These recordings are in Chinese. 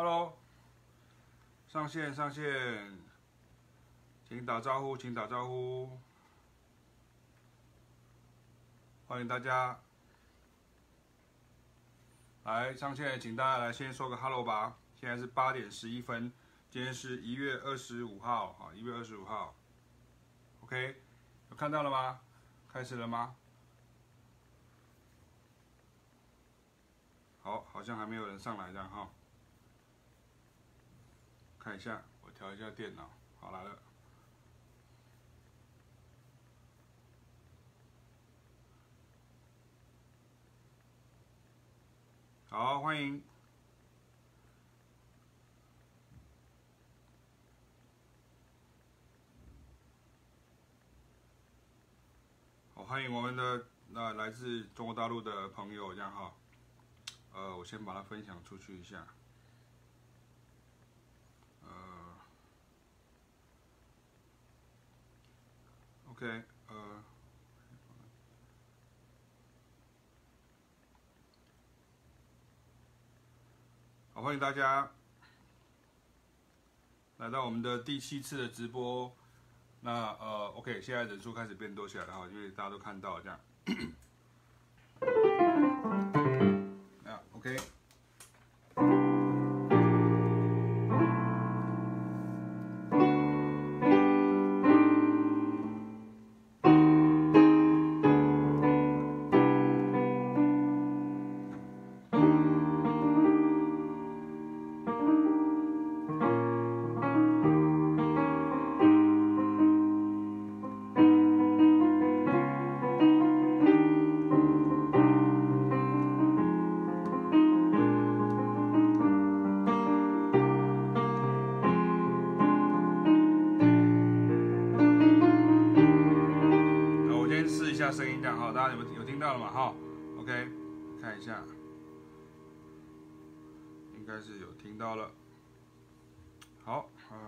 Hello， 上线，请打招呼，欢迎大家来上线，请大家来先说个 Hello 吧。现在是8点11分，今天是1月25号啊，1月25号。OK， 有看到了吗？开始了吗？好，好像还没有人上来这样哈。看一下，我调一下电脑，好来了。好，欢迎。好，欢迎我们的来自中国大陆的朋友，这样哈。我先把它分享出去一下。OK， 好，欢迎大家来到我们的第7次的直播。那OK， 现在人数开始变多起来了哈，因为大家都看到了这样。OK。声音这样哈，大家有听到了吗？哈 ，OK， 看一下，应该是有听到了。好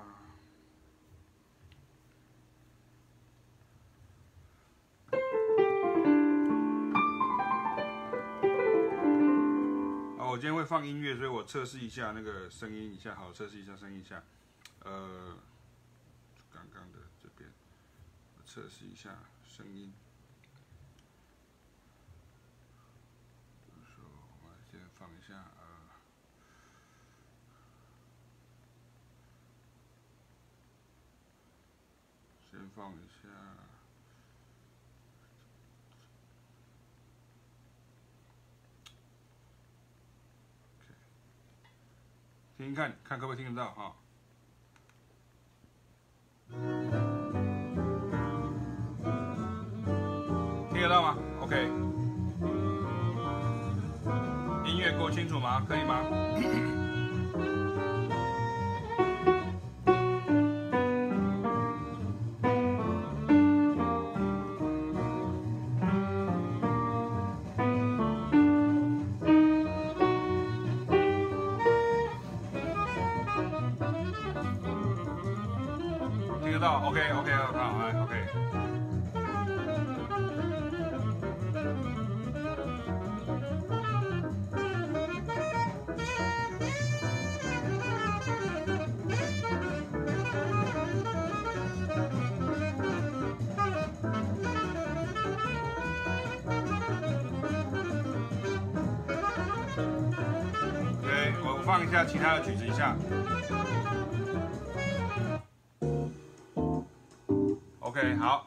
我今天会放音乐，所以我测试一下那个声音一下，好，测试一下声音一下。刚刚的这边，我测试一下声音。先放一下先放一下。听听看，看可不可以听得到哈？听得到吗 ？OK。音乐够清楚吗？可以吗？听得到 ？OK， 好，来 ，OK。放一下其他的曲子一下 ，OK， 好。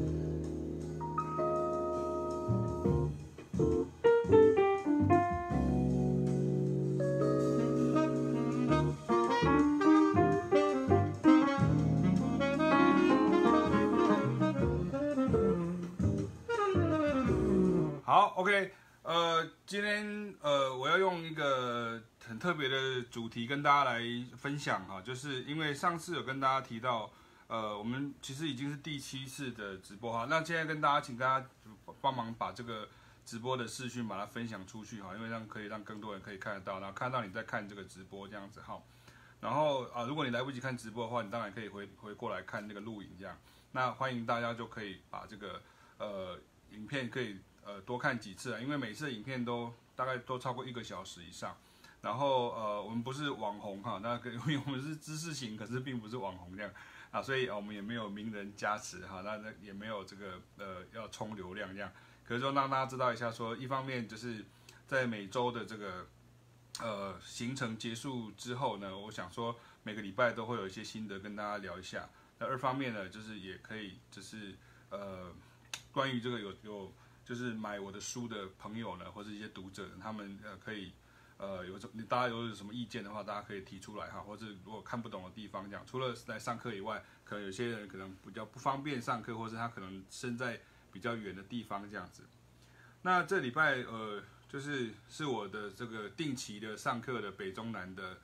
好 ，OK， 今天我要用一个很特别的主题跟大家来分享哈，就是因为上次有跟大家提到，我们其实已经是第7次的直播哈，那现在跟大家请大家帮忙把这个直播的视讯把它分享出去哈，因为可以让更多人可以看得到，然后看到你在看这个直播这样子哈。然后如果你来不及看直播的话，你当然可以回过来看那个录影这样。那欢迎大家就可以把这个影片可以多看几次啊，因为每次的影片都大概都超过1个小时以上。 然后我们不是网红哈，那因为我们是知识型，可是并不是网红这样啊，所以我们也没有名人加持哈，那也没有这个要冲流量这样。可是说让大家知道一下说，一方面就是在每周的这个行程结束之后呢，我想说每个礼拜都会有一些心得跟大家聊一下。那二方面呢，就是也可以就是关于这个有就是买我的书的朋友呢，或者一些读者，他们可以大家有什么意见的话，大家可以提出来哈，或者如果看不懂的地方讲，除了来上课以外，可能有些人可能比较不方便上课，或者他可能身在比较远的地方这样子。那这礼拜是我的这个定期的上课的北中南的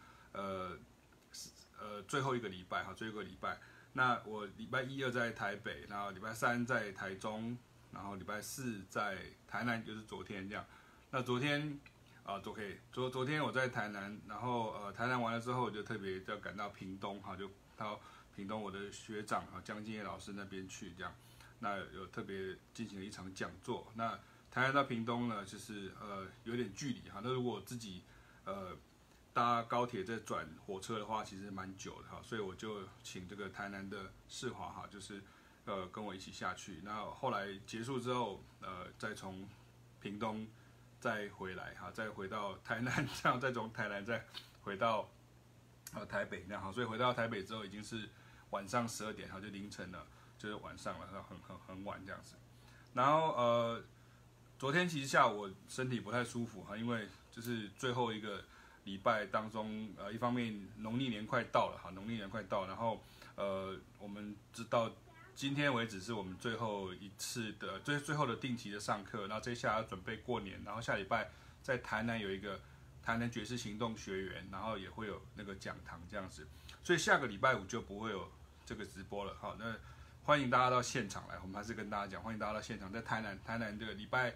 最后一个礼拜哈，最后一个礼拜。那我礼拜1、2在台北，然后礼拜3在台中，然后礼拜4在台南，就是昨天这样。那昨天昨天我在台南，然后台南完了之后，我就特别要赶到屏东哈，就到屏东我的学长江金业老师那边去这样。那有特别进行了一场讲座。那台南到屏东呢，就是有点距离哈。那如果自己搭高铁再转火车的话，其实蛮久的哈，所以我就请这个台南的世华哈，就是跟我一起下去。那后来结束之后，再从屏东再回来哈，再回到台南，这样再从台南再回到台北那样哈。所以回到台北之后已经是晚上12点哈，就凌晨了，就是晚上了，很晚这样子。然后昨天其实下午我身体不太舒服哈，因为就是最后一个礼拜当中，一方面农历年快到了哈，农历年快到，然后我们知道今天为止是我们最后一次的最后的定期的上课，然后接下来要准备过年，然后下礼拜在台南有一个台南爵士行动学员，然后也会有那个讲堂这样子，所以下个礼拜5就不会有这个直播了。好，那欢迎大家到现场来，我们还是跟大家讲，欢迎大家到现场，在台南这个礼拜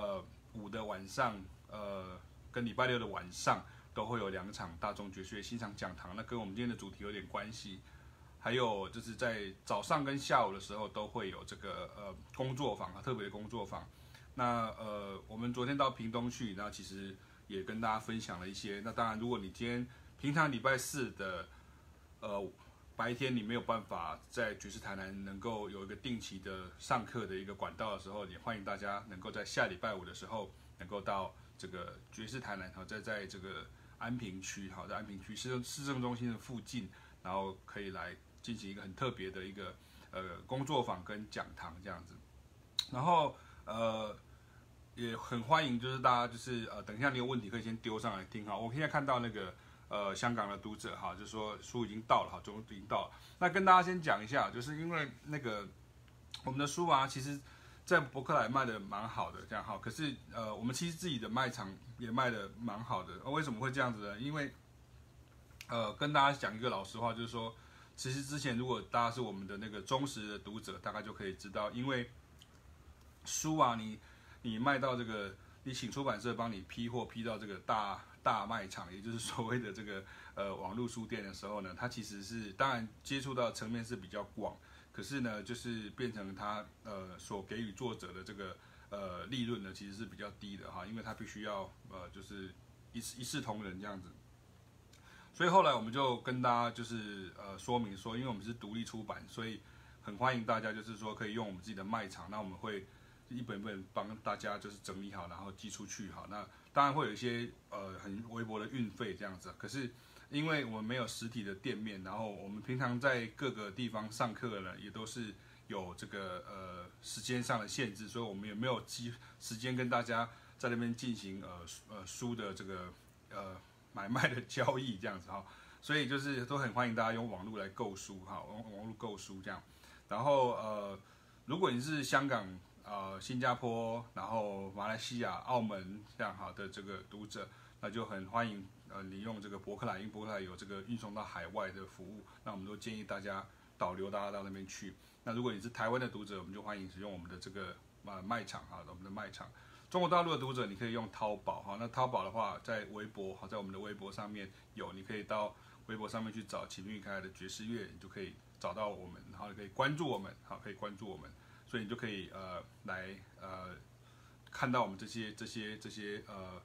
5的晚上，跟礼拜6的晚上都会有2场大众爵士乐欣赏讲堂，那跟我们今天的主题有点关系。还有就是在早上跟下午的时候都会有这个工作坊特别的工作坊。那我们昨天到屏东去，那其实也跟大家分享了一些。那当然，如果你今天平常礼拜4的白天你没有办法在爵士台南能够有一个定期的上课的一个管道的时候，也欢迎大家能够在下礼拜5的时候能够到这个爵士台南在这个安平区在安平区市政中心的附近，然后可以来进行一个很特别的一个工作坊跟讲堂这样子。然后也很欢迎就是大家就是等一下你有问题可以先丢上来听哈。我现在看到那个香港的读者哈，就说书已经到了哈，终于已经到了。那跟大家先讲一下，就是因为那个我们的书啊，其实在博客来卖的蛮好的这样哈，可是我们其实自己的卖场也卖的蛮好的。为什么会这样子呢？因为跟大家讲一个老实话，就是说，其实之前如果大家是我们的那个忠实的读者，大概就可以知道，因为书啊，你卖到这个，你请出版社帮你批货批到这个大卖场，也就是所谓的这个网络书店的时候呢，它其实是当然接触到层面是比较广，可是呢，就是变成它所给予作者的这个利润呢，其实是比较低的哈，因为它必须要就是一视同仁这样子。所以后来我们就跟大家就是说明说，因为我们是独立出版，所以很欢迎大家就是说可以用我们自己的卖场，那我们会一本本帮大家就是整理好，然后寄出去哈。那当然会有一些很微薄的运费这样子，可是因为我们没有实体的店面，然后我们平常在各个地方上课呢，也都是有这个时间上的限制，所以我们也没有时间跟大家在那边进行书的这个买卖的交易这样子哈，所以就是都很欢迎大家用网络来购书哈，网络购书这样。然后如果你是香港、新加坡，然后马来西亚、澳门这样好的这个读者，那就很欢迎你用这个博客来，因为博客来有这个运送到海外的服务，那我们都建议大家导流大家到那边去。那如果你是台湾的读者，我们就欢迎使用我们的这个卖场哈，我们的卖场。中国大陆的读者，你可以用淘宝哈。那淘宝的话，在微博哈，在我们的微博上面有，你可以到微博上面去找秦玉开的爵士乐，你就可以找到我们，然后可以关注我们，好，可以关注我们，所以你就可以来看到我们这些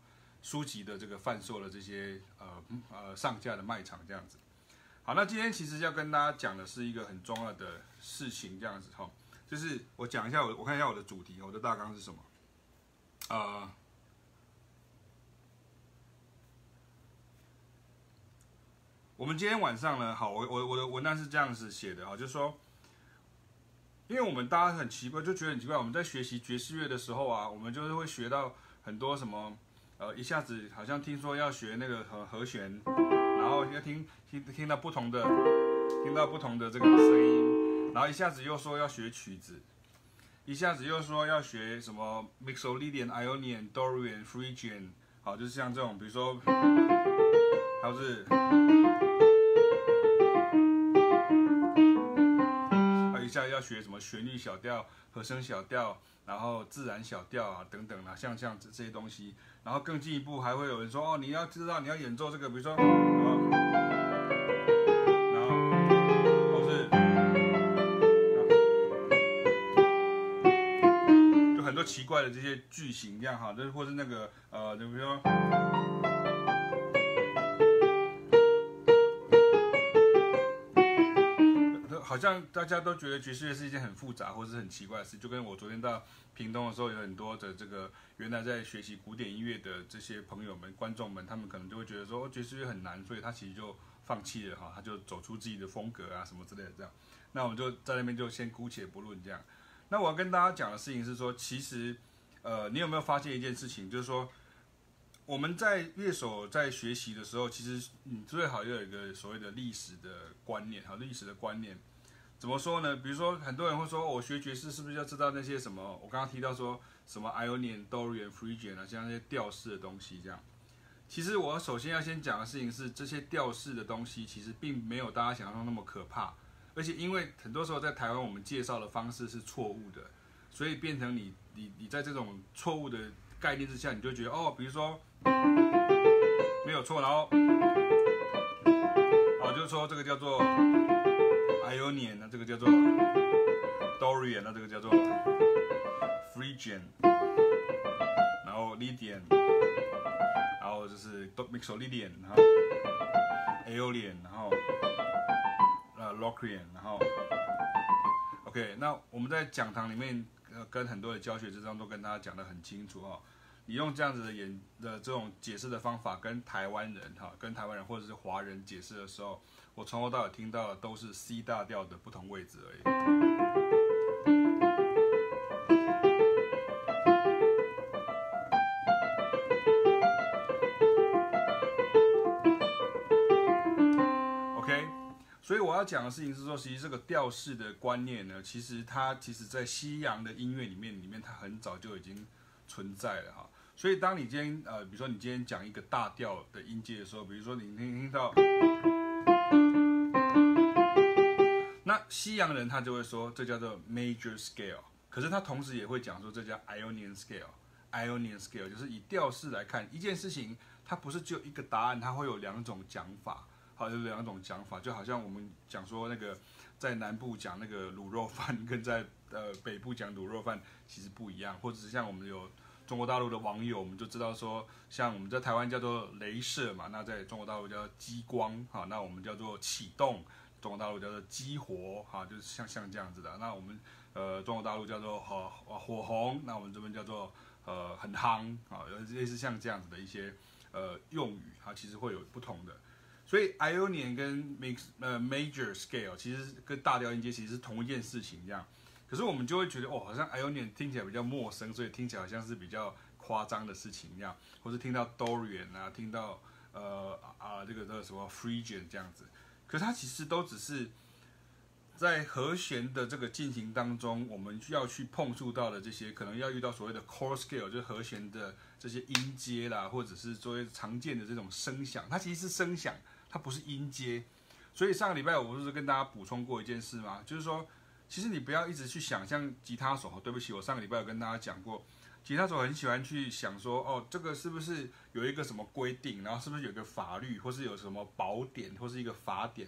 书籍的这个贩售的这些上架的卖场这样子。好，那今天其实要跟大家讲的是一个很重要的事情，这样子哈，就是我讲一下我看一下我的主题，我的大纲是什么？我们今天晚上呢，好，我的文案是这样子写的哈，就是说，因为我们大家很奇怪，就觉得很奇怪，我们在学习爵士乐的时候啊，我们就是会学到很多什么，一下子好像听说要学那个和弦，然后要听到不同的这个声音，然后一下子又说要学曲子，一下子又说要学什么 Mixolydian、Ionian、Dorian、Phrygian， 好，就是像这种，比如说，还有是。一下要学什么旋律小调、和声小调，然后自然小调啊等等啊，像这些东西。然后更进一步还会有人说，哦，你要知道你要演奏这个，比如说，然后或是，就很多奇怪的这些句型这样哈，就是或是那个就比如说。好像大家都觉得爵士乐是一件很复杂或是很奇怪的事，就跟我昨天到屏东的时候，有很多的这个原来在学习古典音乐的这些朋友们、观众们，他们可能就会觉得说，爵士乐很难，所以他其实就放弃了哈，他就走出自己的风格啊什么之类的这样。那我们就在那边就先姑且不论这样。那我要跟大家讲的事情是说，其实你有没有发现一件事情，就是说我们在乐手在学习的时候，其实你最好要有一个所谓的历史的观念，历史的观念。怎么说呢？比如说，很多人会说，我学爵士是不是要知道那些什么？我刚刚提到说什么 Ionian、Dorian、Phrygian 啊，像那些调式的东西这样。其实我首先要先讲的事情是，这些调式的东西其实并没有大家想象中那么可怕，而且因为很多时候在台湾我们介绍的方式是错误的，所以变成你在这种错误的概念之下，你就觉得哦，比如说没有错，然后就是说这个叫做。Ionian 那这个叫做 Dorian 那这个叫做 Phrygian， 然后 Lydian， 然后就是 Mixolydian， 然后 Aeolian， 然后Locrian， 然后 OK， 那我们在讲堂里面跟很多的教学之中都跟大家讲得很清楚哦。你用这样子的这种解释的方法跟台湾人或者是华人解释的时候，我从头到尾听到的都是 C 大调的不同位置而已。OK， 所以我要讲的事情是说，其实这个调式的观念呢，其实在西洋的音乐里面它很早就已经存在了哈。所以当你今天比如说你今天讲一个大调的音阶的时候，比如说你听到。那西洋人他就会说这叫做 major scale， 可是他同时也会讲说这叫 Ionian scale。Ionian scale 就是以调式来看一件事情，它不是只有一个答案，它会有两种讲法。好，有两种讲法，就好像我们讲说那个在南部讲那个卤肉饭，跟在北部讲卤肉饭其实不一样，或者是像我们有中国大陆的网友，我们就知道说，像我们在台湾叫做雷射嘛，那在中国大陆叫激光，好，那我们叫做启动。中国大陆叫做激活，哈，就是像这样子的。那我们中国大陆叫做火红，那我们这边叫做很夯，啊，类似像这样子的一些用语，它其实会有不同的。所以 Ionian 跟major scale 其实跟大调音阶其实是同一件事情这样。可是我们就会觉得好像 Ionian 听起来比较陌生，所以听起来好像是比较夸张的事情这样，或是听到 Dorian 啊，听到这个什么 Phrygian 这样子。可是它其实都只是在和弦的这个进行当中，我们需要去碰触到的这些，可能要遇到所谓的 chord scale， 就是和弦的这些音阶啦，或者是作为常见的这种声响，它其实是声响，它不是音阶。所以上个礼拜我不是跟大家补充过一件事吗？就是说，其实你不要一直去想象吉他手，对不起，我上个礼拜有跟大家讲过。吉他手很喜欢去想说，这个是不是有一个什么规定，然后是不是有一个法律，或是有什么宝典，或是一个法典，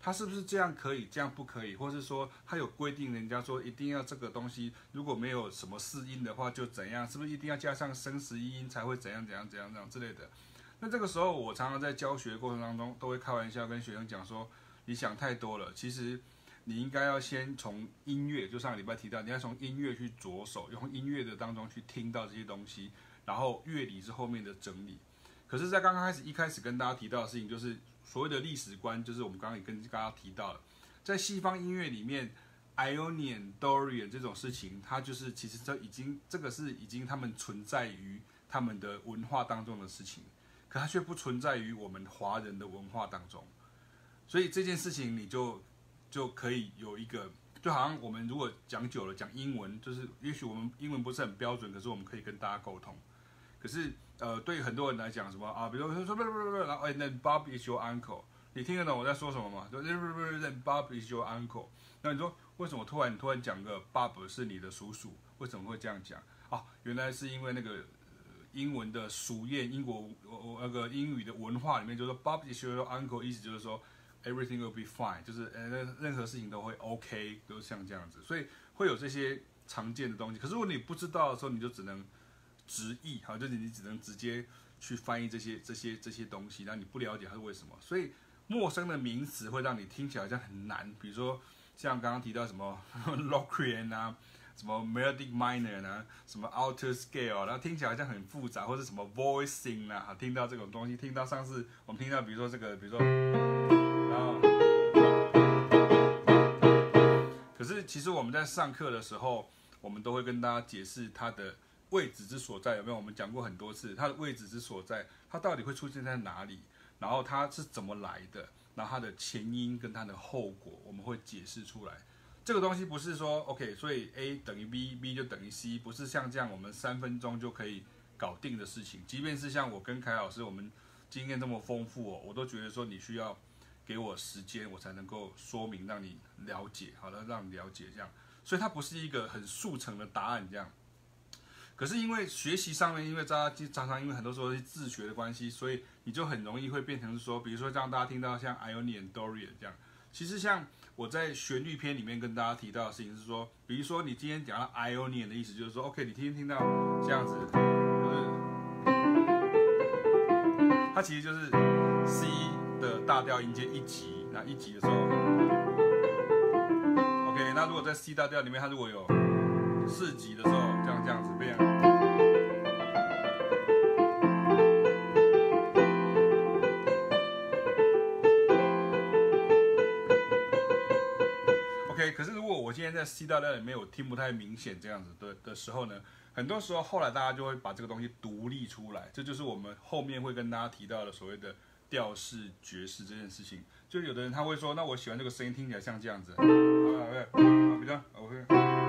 它是不是这样可以，这样不可以，或是说它有规定，人家说一定要这个东西，如果没有什么四音的话就怎样，是不是一定要加上升十一音才会怎样之类的？那这个时候我常常在教学过程当中都会开玩笑跟学生讲说，你想太多了，其实你应该要先从音乐，就上个礼拜提到，你要从音乐去着手，用音乐的当中去听到这些东西，然后乐理是后面的整理。可是，在一开始跟大家提到的事情，就是所谓的历史观，就是我们刚刚也跟大家提到了，在西方音乐里面 ，Ionian、Dorian 这种事情，它就是其实这个是已经他们存在于他们的文化当中的事情，可它却不存在于我们华人的文化当中。所以这件事情你就可以有一个，就好像我们如果讲久了讲英文，就是也许我们英文不是很标准，可是我们可以跟大家沟通。可是对于很多人来讲，什么啊，比如说不，然后then Bob is your uncle， 你听得懂我在说什么吗？就then Bob is your uncle。那你说为什么突然讲个 Bob 是你的叔叔？为什么会这样讲？啊，原来是因为那个英文的俗谚，英国那个英语的文化里面就说 Bob is your uncle， 意思就是说 everything will be fine， 就是任何事情都会 OK， 都像这样子，所以会有这些常见的东西。可是如果你不知道的时候，你就只能直译，好，就是你只能直接去翻译这些东西，然后你不了解它是为什么，所以陌生的名词会让你听起来好像很难。比如说像刚刚提到什么 Locrian 啊，什么 Melodic Minor 啊，什么 Alto Scale， 然后听起来好像很复杂，或者什么 Voicing 啊，听到这种东西，听到上次我们听到，比如说这个，比如说，然后，可是其实我们在上课的时候，我们都会跟大家解释它的位置之所在，有没有？我们讲过很多次，它的位置之所在，它到底会出现在哪里？然后它是怎么来的？然后它的前因跟它的后果，我们会解释出来。这个东西不是说 OK， 所以 A 等于 B，B 就等于 C， 不是像这样我们3分钟就可以搞定的事情。即便是像我跟凯老师，我们经验这么丰富哦，我都觉得说你需要给我时间，我才能够说明，让你了解，好的，让你了解这样。所以它不是一个很速成的答案这样。可是因为学习上面，因为大家常常因为很多时候是自学的关系，所以你就很容易会变成说，比如说让大家听到像 Ionian、Dorian 这样。其实像我在旋律篇里面跟大家提到的事情是说，比如说你今天讲到 Ionian 的意思就是说 ，OK， 你听到这样子，就是它其实就是 C 的大调音阶1级，那1级的时候 ，OK， 那如果在 C 大调里面，它如果有4级的时候，这样子变。OK， 可是如果我今天在 C 大调里面我听不太明显这样子的时候呢，很多时候后来大家就会把这个东西独立出来，这就是我们后面会跟大家提到的所谓的调式爵士这件事情。就有的人他会说，那我喜欢这个声音听起来像这样子，比较 OK。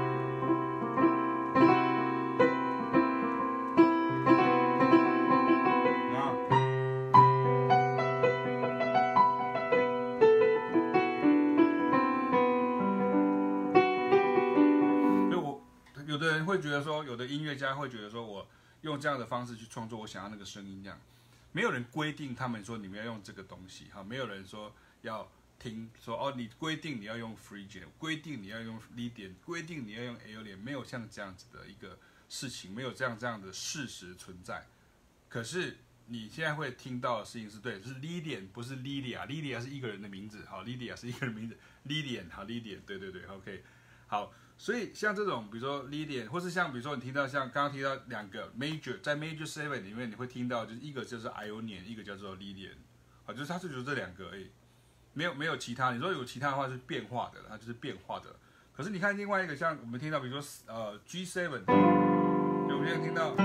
有的人会觉得说，有的音乐家会觉得说，我用这样的方式去创作我想要那个声音这样，没有人规定他们说你们要用这个东西哈，没有人说要听说哦，你规定你要用 Phrygian， 规定你要用 Lydian， 规定你要用 Aeolian， 没有像这样子的一个事情，没有这样的事实存在。可是你现在会听到的事情是对，是 Lydian， 不是 Lydia，Lydia 是一个人的名字，好 ，Lydia 是一个人名字 ，Lydian 好 ，Lydian 对 ，OK， 好。所以像这种，比如说 Lydian， 或是像比如说你听到像刚刚提到2个 Major， 在 Major 7里面你会听到，就是一个就是 Ionian， 一个叫做 Lydian， 好，就是它就这2个而已，没有其他。你说有其他的话是变化的，它就是变化的。可是你看另外一个像我们听到，比如说G7， 有没有听到？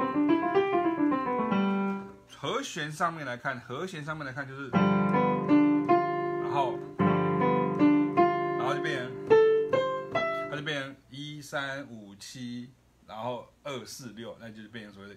和弦上面来看就是，然后就变成。它就变成1、3、5、7，然后2、4、6，那就是变成所谓的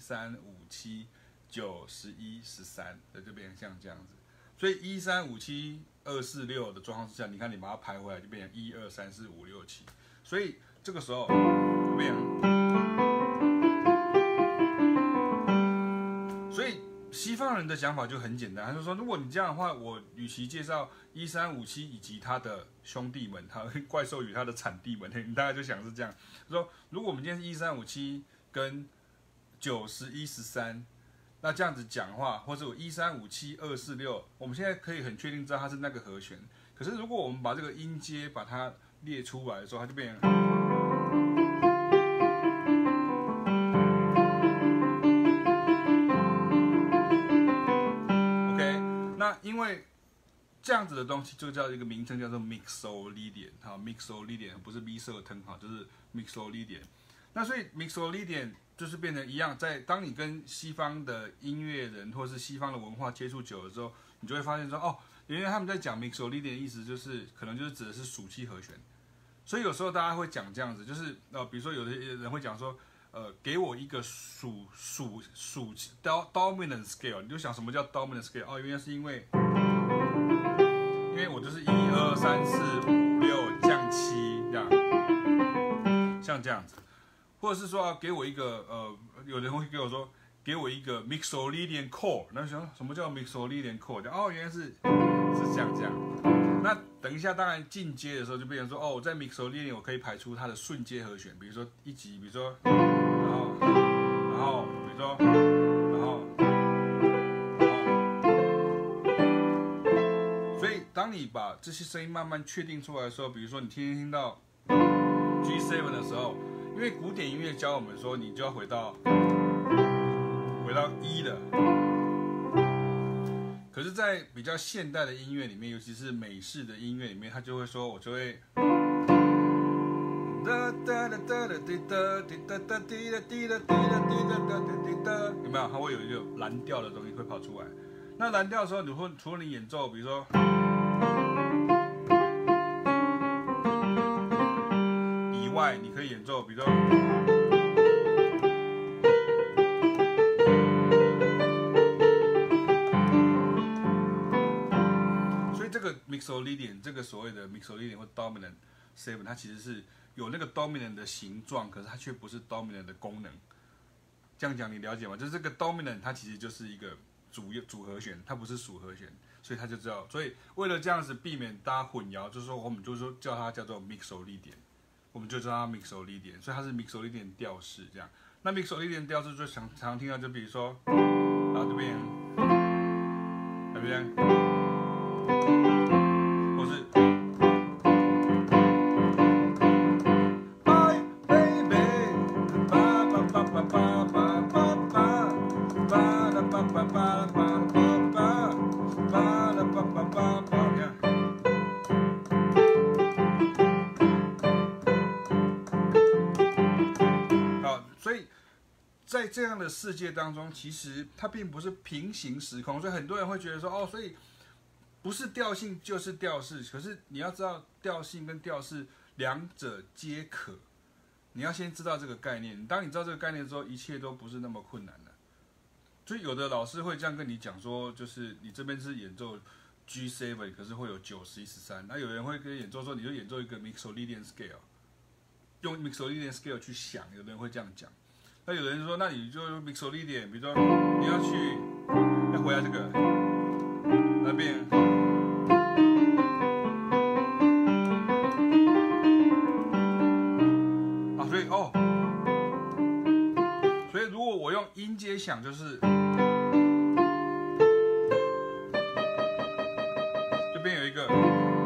1、3、5、7、9、11、13，那就变成像这样子。所以1、3、5、7、2、4、6的状况之下，你看你把它排回来，就变成1、2、3、4、5、6、7。所以这个时候就变成，所以西方人的想法就很简单，他就说，如果你这样的话，我与其介绍1357以及他的兄弟们，他怪兽与他的产地们，你大概就想是这样。说如果我们今天是1357跟91113，那这样子讲话，或者我1357246，我们现在可以很确定知道它是那个和弦。可是如果我们把这个音阶把它列出来的时候，它就变成。那因为这样子的东西就叫一个名称叫做 mixolydian 哈 ，mixolydian 不是 mixolydian 哈，就是 mixolydian。那所以 mixolydian 就是变成一样，当你跟西方的音乐人或是西方的文化接触久了之后，你就会发现说，哦，原来他们在讲 mixolydian 的意思就是可能就是指的是属七和弦。所以有时候大家会讲这样子，就是比如说有的人会讲说。给我一个属 dominant scale， 你就想什么叫 dominant scale？ 哦，原来是因为我就是1、2、3、4、5、6降7这样，像这样子，或者是说给我一个有人会给我说给我一个 mixolydian chord， 那想什么叫 mixolydian chord？ 哦，原来是像这样。那等一下，当然进阶的时候就变成说，哦，我在 mixolydian 我可以排出它的顺阶和弦，比如说一级，比如说，然后，比如说，然后，所以当你把这些声音慢慢确定出来的时候，比如说你听到 G7 的时候，因为古典音乐教我们说，你就要回到1的。可是，在比较现代的音乐里面，尤其是美式的音乐里面，他就会说，我就会，有没有？它会有一个蓝调的东西会跑出来。那蓝调的时候，除了你演奏，比如说以外，你可以演奏，比如说。mixolydian 这个所谓的 mixolydian 或 dominant 7， 它其实是有那个 dominant 的形状，可是它却不是 dominant 的功能。这样讲你了解吗？就是这个 dominant 它其实就是一个主和弦，它不是属和弦，所以它就知道。所以为了这样子避免大家混淆，就是说我们就说叫它叫做 mixolydian， 我们就叫它 mixolydian， 所以它是 mixolydian 调式这样。那 mixolydian 调式就常听到，就比如说，然后这边，这边。或是 My baby， 好，所以在这样的世界当中，其实它并不是平行时空，所以很多人会觉得说，哦，所以。不是调性就是调式，可是你要知道调性跟调式两者皆可，你要先知道这个概念。当你知道这个概念之后，一切都不是那么困难的。所以有的老师会这样跟你讲说，就是你这边是演奏 G7， 可是会有9、11、13。那有人会跟你演奏说，你就演奏一个 mixolydian scale， 用 mixolydian scale 去想，有人会这样讲。那有人说，那你就用 mixolydian， 比如说你要回来这个那边。所以如果我用音阶想，就是这边有一个，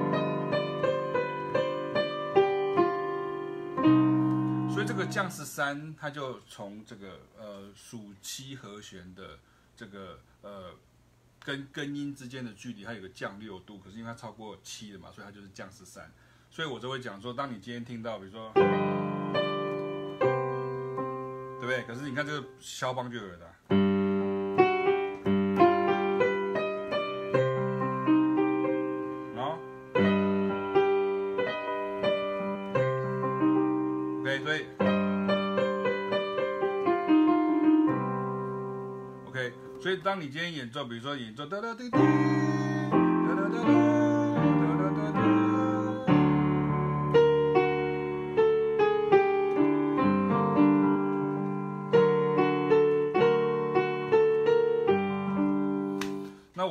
所以这个降13，它就从这个属7和弦的这个跟根音之间的距离，它有个降6度，可是因为它超过7了嘛，所以它就是降13。所以我就会讲说，当你今天听到，比如说。对不对？可是你看这个肖邦就有了、OK， 所以 OK， 所以当你今天演奏，比如说演奏哒哒滴滴，哒哒哒哒。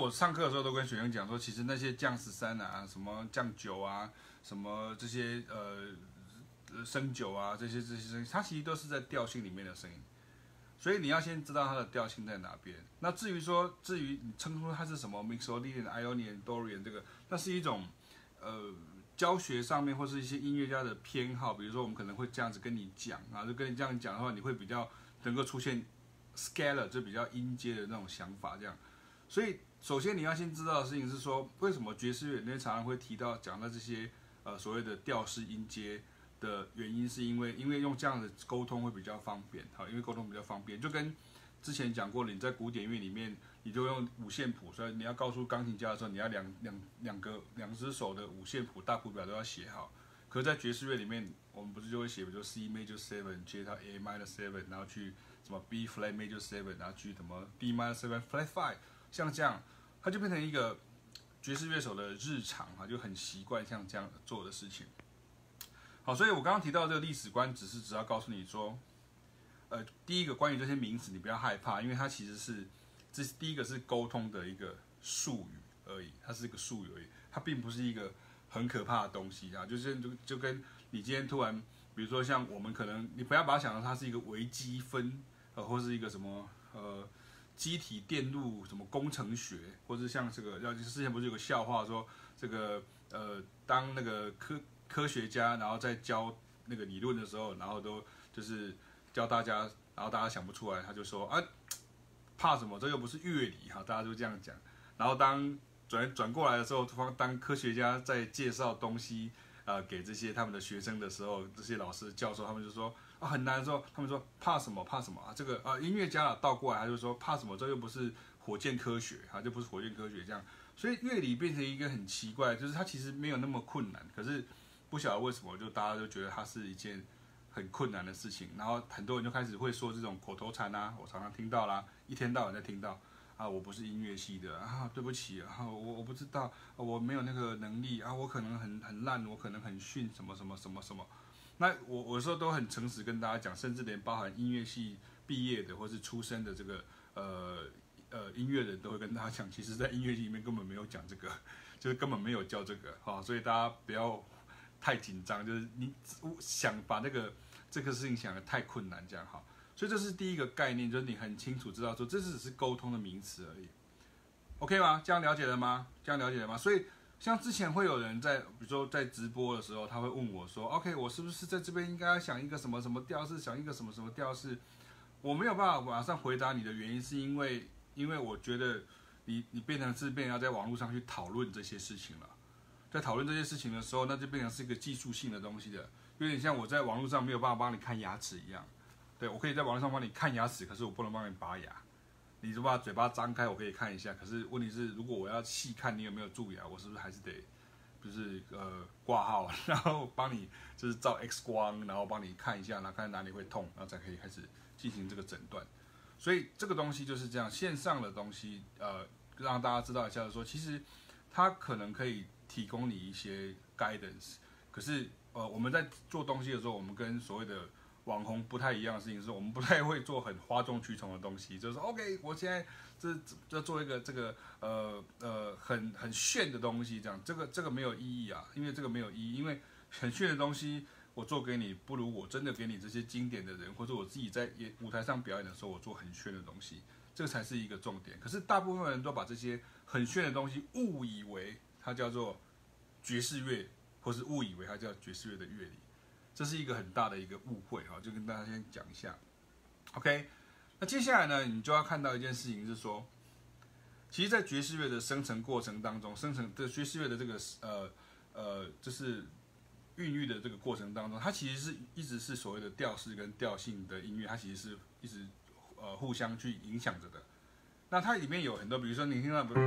我上课的时候都跟学生讲说，其实那些降13啊，什么降9啊，什么这些升9啊，这些声音，它其实都是在调性里面的声音。所以你要先知道它的调性在哪边。那至于你称呼它是什么 Mixolydian、Ionian、Dorian 这个，那是一种教学上面或是一些音乐家的偏好。比如说我们可能会这样子跟你讲啊，就跟你这样讲的话，你会比较能够出现 scalar 就比较音阶的那种想法这样。所以首先你要先知道的事情是说，为什么爵士乐里面常常会讲到这些所谓的调式音阶。的原因是因为用这样的沟通会比较方便，好，因为沟通比较方便，就跟之前讲过了，你在古典乐里面，你就用五线谱，所以你要告诉钢琴家的时候，你要两只手的五线谱大谱表都要写好。可是在爵士乐里面，我们不是就会写，比如说 C major 7接到 A minor 7，然后去什么 B flat major 7，然后去什么 D minor 7 flat 5，像这样，它就变成一个爵士乐手的日常啊，就很习惯像这样做的事情。好，所以我刚刚提到这个历史观，只要告诉你说，第一个关于这些名词，你不要害怕，因为它其实这第一个是沟通的一个术语而已，它是一个术语而已，它并不是一个很可怕的东西啊。就跟你今天突然，比如说像我们可能，你不要把它想成它是一个微积分，或是一个什么机体电路什么工程学，或者像这个，之前不是有个笑话说，这个当那个科学家，然后在教那个理论的时候，然后都就是教大家，然后大家想不出来，他就说啊，怕什么？这又不是乐理哈，大家就这样讲。然后当转过来的时候，当科学家在介绍东西给这些他们的学生的时候，这些老师教授他们就说啊很难的时候，他们说怕什么怕什么啊？这个音乐家倒过来他就说怕什么？这又不是火箭科学啊，就不是火箭科学这样。所以乐理变成一个很奇怪，就是它其实没有那么困难，可是不晓得为什么，就大家就觉得它是一件很困难的事情，然后很多人就开始会说这种口头禅啊，我常常听到啦，一天到晚在听到啊，我不是音乐系的啊，对不起啊，我不知道，我没有那个能力啊，我可能很烂，我可能很逊，什么什么什么什么。那我有时候都很诚实跟大家讲，甚至连包含音乐系毕业的或是出身的这个音乐人都会跟大家讲，其实在音乐系里面根本没有讲这个，就是根本没有教这个，所以大家不要太紧张，就是你想把这个事情想得太困难，这样好。所以这是第一个概念，就是你很清楚知道说，这只是沟通的名词而已。OK 吗？这样了解了吗？所以像之前会有人比如说在直播的时候，他会问我说 ，OK， 我是不是在这边应该要想一个什么什么调式，想一个什么什么调式？我没有办法马上回答你的原因，是因为我觉得你变成要在网络上去讨论这些事情了。在讨论这些事情的时候，那就变成是一个技术性的东西了，有点像我在网络上没有办法帮你看牙齿一样。对，我可以在网络上帮你看牙齿，可是我不能帮你拔牙。你就把嘴巴张开，我可以看一下。可是问题是，如果我要细看你有没有蛀牙，我是不是还是得就是挂号，然后帮你就是照 X 光，然后帮你看一下，然后看哪里会痛，然后才可以开始进行这个诊断。所以这个东西就是这样，线上的东西让大家知道一下说，其实它可能可以提供你一些 guidance， 可是我们在做东西的时候，我们跟所谓的网红不太一样的事情是，我们不太会做很哗众取宠的东西，就是说 OK， 我现在这做一个这个很炫的东西，这样这个没有意义啊，因为这个没有意义，因为很炫的东西我做给你，不如我真的给你这些经典的人，或者我自己在舞台上表演的时候，我做很炫的东西，这个才是一个重点。可是大部分人都把这些很炫的东西误以为它叫做爵士乐，或是误以为它叫爵士乐的乐理。这是一个很大的一个误会哈，就跟大家先讲一下。OK， 那接下来呢，你就要看到一件事情是说，其实，在爵士乐的生成过程当中，生成的爵士乐的这个就是孕育的这个过程当中，它其实是一直是所谓的调式跟调性的音乐，它其实是一直互相去影响着的。那它里面有很多，比如说你听到或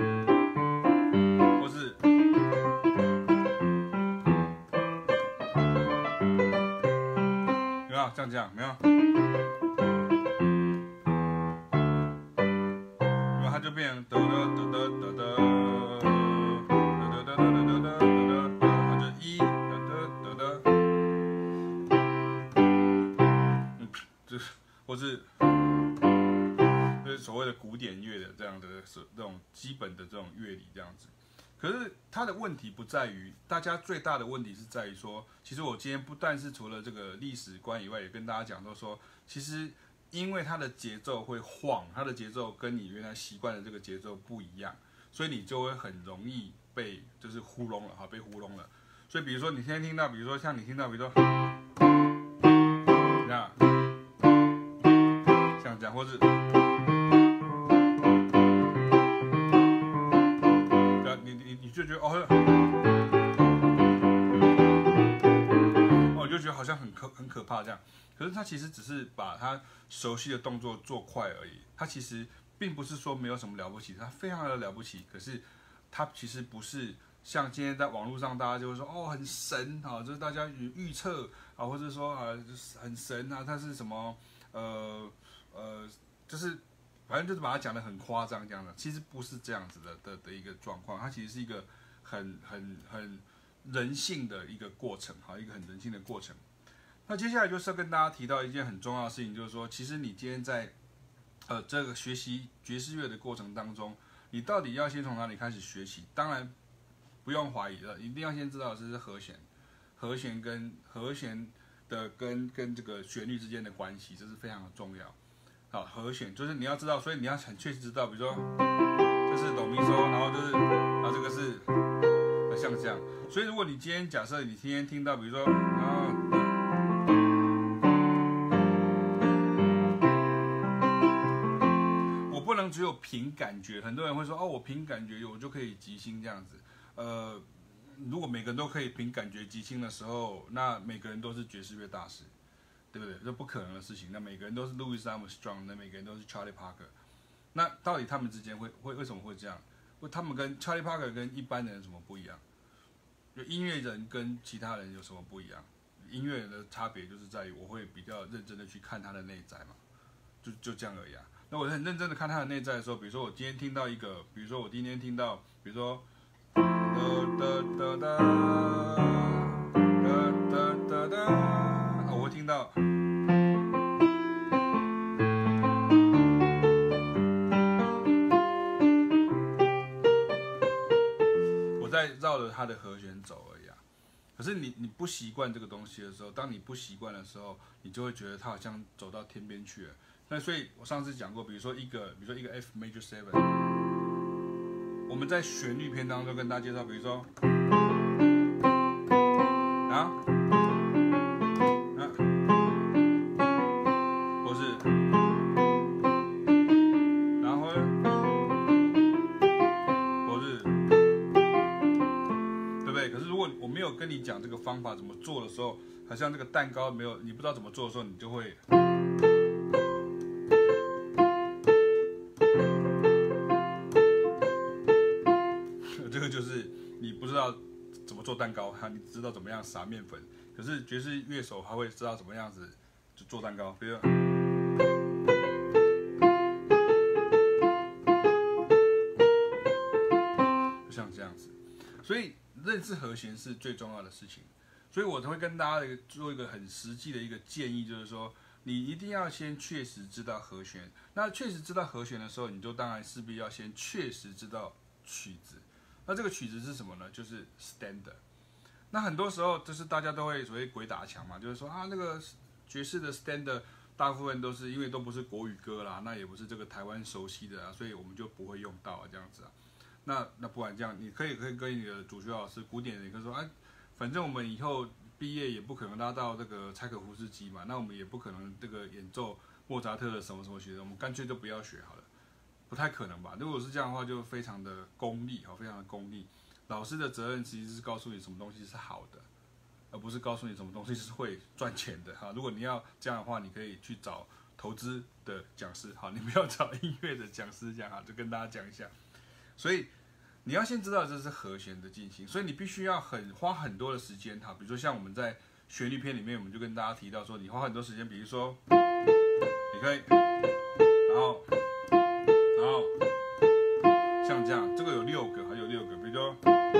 是像这样没有？然后它就变成它就一或是就是所谓的古典乐的这样的这种基本的这种乐理这样子。可是它的问题不在于，大家最大的问题是在于说，其实我今天不但是除了这个历史观以外，也跟大家讲说，其实因为它的节奏会晃，它的节奏跟你原来习惯的这个节奏不一样，所以你就会很容易被就是糊弄了哈，被糊弄了。所以比如说你现在听到，比如说像你听到，比如说这样，像这样，或是。你就觉得你就觉得好像很可怕这样，可是他其实只是把他熟悉的动作做快而已，他其实并不是说没有什么了不起，他非常的了不起，可是他其实不是像今天在网络上大家就会说很神啊，就是大家预测啊，或者说就是很神啊，他是什么就是反正就是把它讲得很夸张这样的，其实不是这样子的一个状况，它其实是一个很人性的一个过程，一个很人性的过程。那接下来就是要跟大家提到一件很重要的事情，就是说，其实你今天在这个学习爵士乐的过程当中，你到底要先从哪里开始学习？当然不用怀疑了，一定要先知道这是和弦跟这个旋律之间的关系，这是非常的重要。好，和弦就是你要知道，所以你要很确实知道，比如说这是哆咪嗦，然后这个是像这样。所以如果你今天假设你今天听到，比如说我不能只有凭感觉，很多人会说我凭感觉我就可以即兴这样子。如果每个人都可以凭感觉即兴的时候，那每个人都是爵士乐大师。对不对？这不可能的事情。那每个人都是 Louis Armstrong， 那每个人都是 Charlie Parker。那到底他们之间为什么会这样？他们跟 Charlie Parker 跟一般人有什么不一样？就音乐人跟其他人有什么不一样？音乐人的差别就是在于我会比较认真的去看他的内在嘛，就这样而已啊。那我很认真的看他的内在的时候，比如说我今天听到一个，比如说我今天听到，比如说我会听到。我在绕着它的和弦走而已啊。可是你不习惯这个东西的时候，当你不习惯的时候，你就会觉得它好像走到天边去了。那所以我上次讲过，比如说一个 F major 7， 我们在旋律篇当中跟大家介绍，比如说或是然后或是对不对？可是如果我没有跟你讲这个方法怎么做的时候，好像这个蛋糕你不知道怎么做的时候，你就会。这个就是你不知道怎么做蛋糕，你知道怎么样撒面粉。可是爵士乐手他会知道怎么样子就做蛋糕，比如就像这样子。所以认识和弦是最重要的事情。所以我才会跟大家做一个很实际的一个建议，就是说你一定要先确实知道和弦。那确实知道和弦的时候，你就当然势必要先确实知道曲子。那这个曲子是什么呢？就是 standard。那很多时候就是大家都会所谓鬼打墙嘛，就是说那个爵士的 standard 大部分都是因为都不是国语歌啦，那也不是这个台湾熟悉的所以我们就不会用到这样子啊。那不然这样，你可以跟你的主修老师古典人科说反正我们以后毕业也不可能拉到这个柴可夫斯基嘛，那我们也不可能这个演奏莫扎特的什么什么学的，我们干脆就不要学好了。不太可能吧？如果是这样的话，就非常的功利，非常的功利。老师的责任其实是告诉你什么东西是好的，而不是告诉你什么东西是会赚钱的。如果你要这样的话，你可以去找投资的讲师，你不要找音乐的讲师这样就跟大家讲一下。所以你要先知道这是和弦的进行，所以你必须要花很多的时间比如说像我们在旋律篇里面，我们就跟大家提到说，你花很多时间，比如说你可以，然后像这样，这个有6个，还有6个，比如说，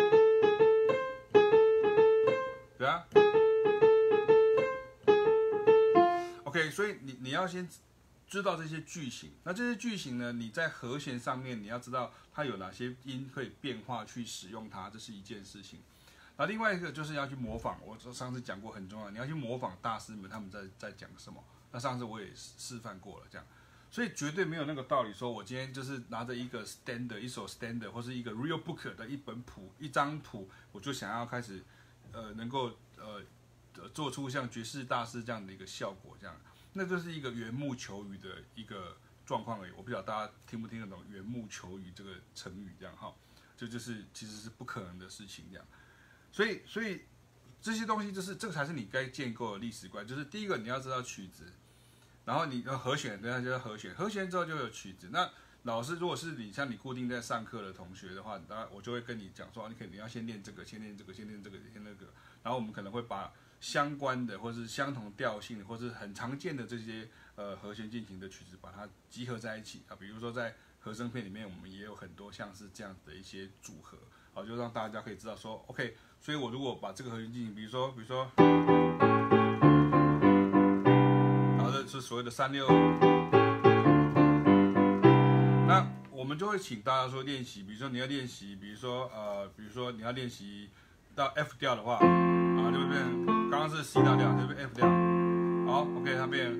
对啊 ，OK， 所以你要先知道这些句型。那这些句型呢，你在和弦上面你要知道它有哪些音可以变化去使用它，这是一件事情。那另外一个就是要去模仿，我上次讲过很重要，你要去模仿大师们他们在讲什么。那上次我也示范过了，这样，所以绝对没有那个道理说我今天就是拿着一个 standard 一首 standard 或是一个 real book 的一本谱一张谱，我就想要开始能够做出像爵士大师这样的一个效果，这样，那就是一个缘木求鱼的一个状况而已。我不晓得大家听不听得懂缘木求鱼这个成语，这样哈，就是其实是不可能的事情，这样。所以这些东西就是这个才是你该建构的历史观，就是第一个你要知道曲子，然后你的和弦，等下就是和弦，和弦之后就有曲子。那老师如果是你像你固定在上课的同学的话，当然我就会跟你讲说，你要先练这个，先练这个，先练这个，先那个，然后我们可能会把相关的或是相同调性或是很常见的这些和弦进行的曲子，把它集合在一起啊。比如说在和声片里面，我们也有很多像是这样的一些组合，好，就让大家可以知道说 ，OK。所以我如果把这个和弦进行，比如说，然后这是所谓的365，那我们就会请大家说练习，比如说你要练习，比如说你要练习到 F 调的话，啊，就会变，刚刚是 C 大调，就变 F 调，好 ，OK， 它变，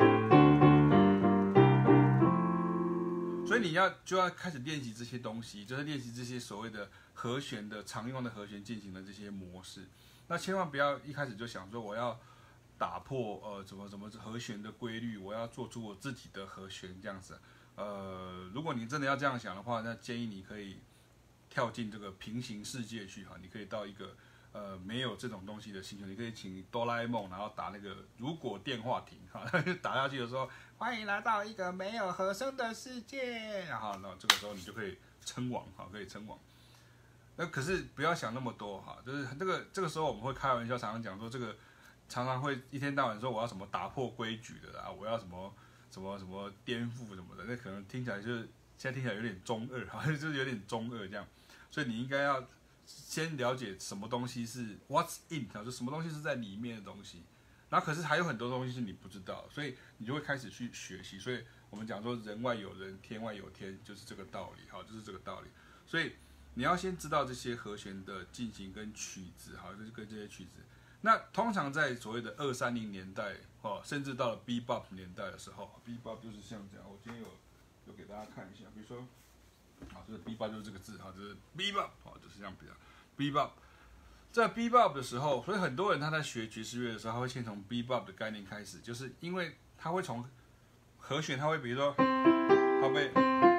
所以你就要开始练习这些东西，就是练习这些所谓的和弦的常用的和弦进行的这些模式。那千万不要一开始就想说我要打破怎么和弦的规律，我要做出我自己的和弦这样子。如果你真的要这样想的话，那建议你可以跳进这个平行世界去哈，你可以到一个没有这种东西的星球，你可以请哆啦 A 梦，然后打那个如果电话亭哈，打下去的时候，欢迎来到一个没有和声的世界，然后那这个时候你就可以称王哈，可以称王。那可是不要想那么多哈，就是这个时候我们会开玩笑，常常讲说这个常常会一天到晚说我要什么打破规矩的啦，我要什么颠覆什么的，那可能听起来就是现在听起来有点中二，好像就是有点中二这样，所以你应该要先了解什么东西是 what's in， 就什么东西是在里面的东西，然后可是还有很多东西是你不知道，所以你就会开始去学习。所以我们讲说人外有人，天外有天，就是这个道理，好，就是这个道理。所以你要先知道这些和弦的进行跟曲子，好，就是跟这些曲子。那通常在所谓的230年代，甚至到了 Bebop 年代的时候 ，Bebop 就是像这样。我今天有给大家看一下，比如说，好，就是 Bebop 就是这个字，好，就是 Bebop，就是这样比较 Bebop。在 Bebop 的时候，所以很多人他在学爵士乐的时候，他会先从 Bebop 的概念开始，就是因为他会从和弦，他会比如说，他会，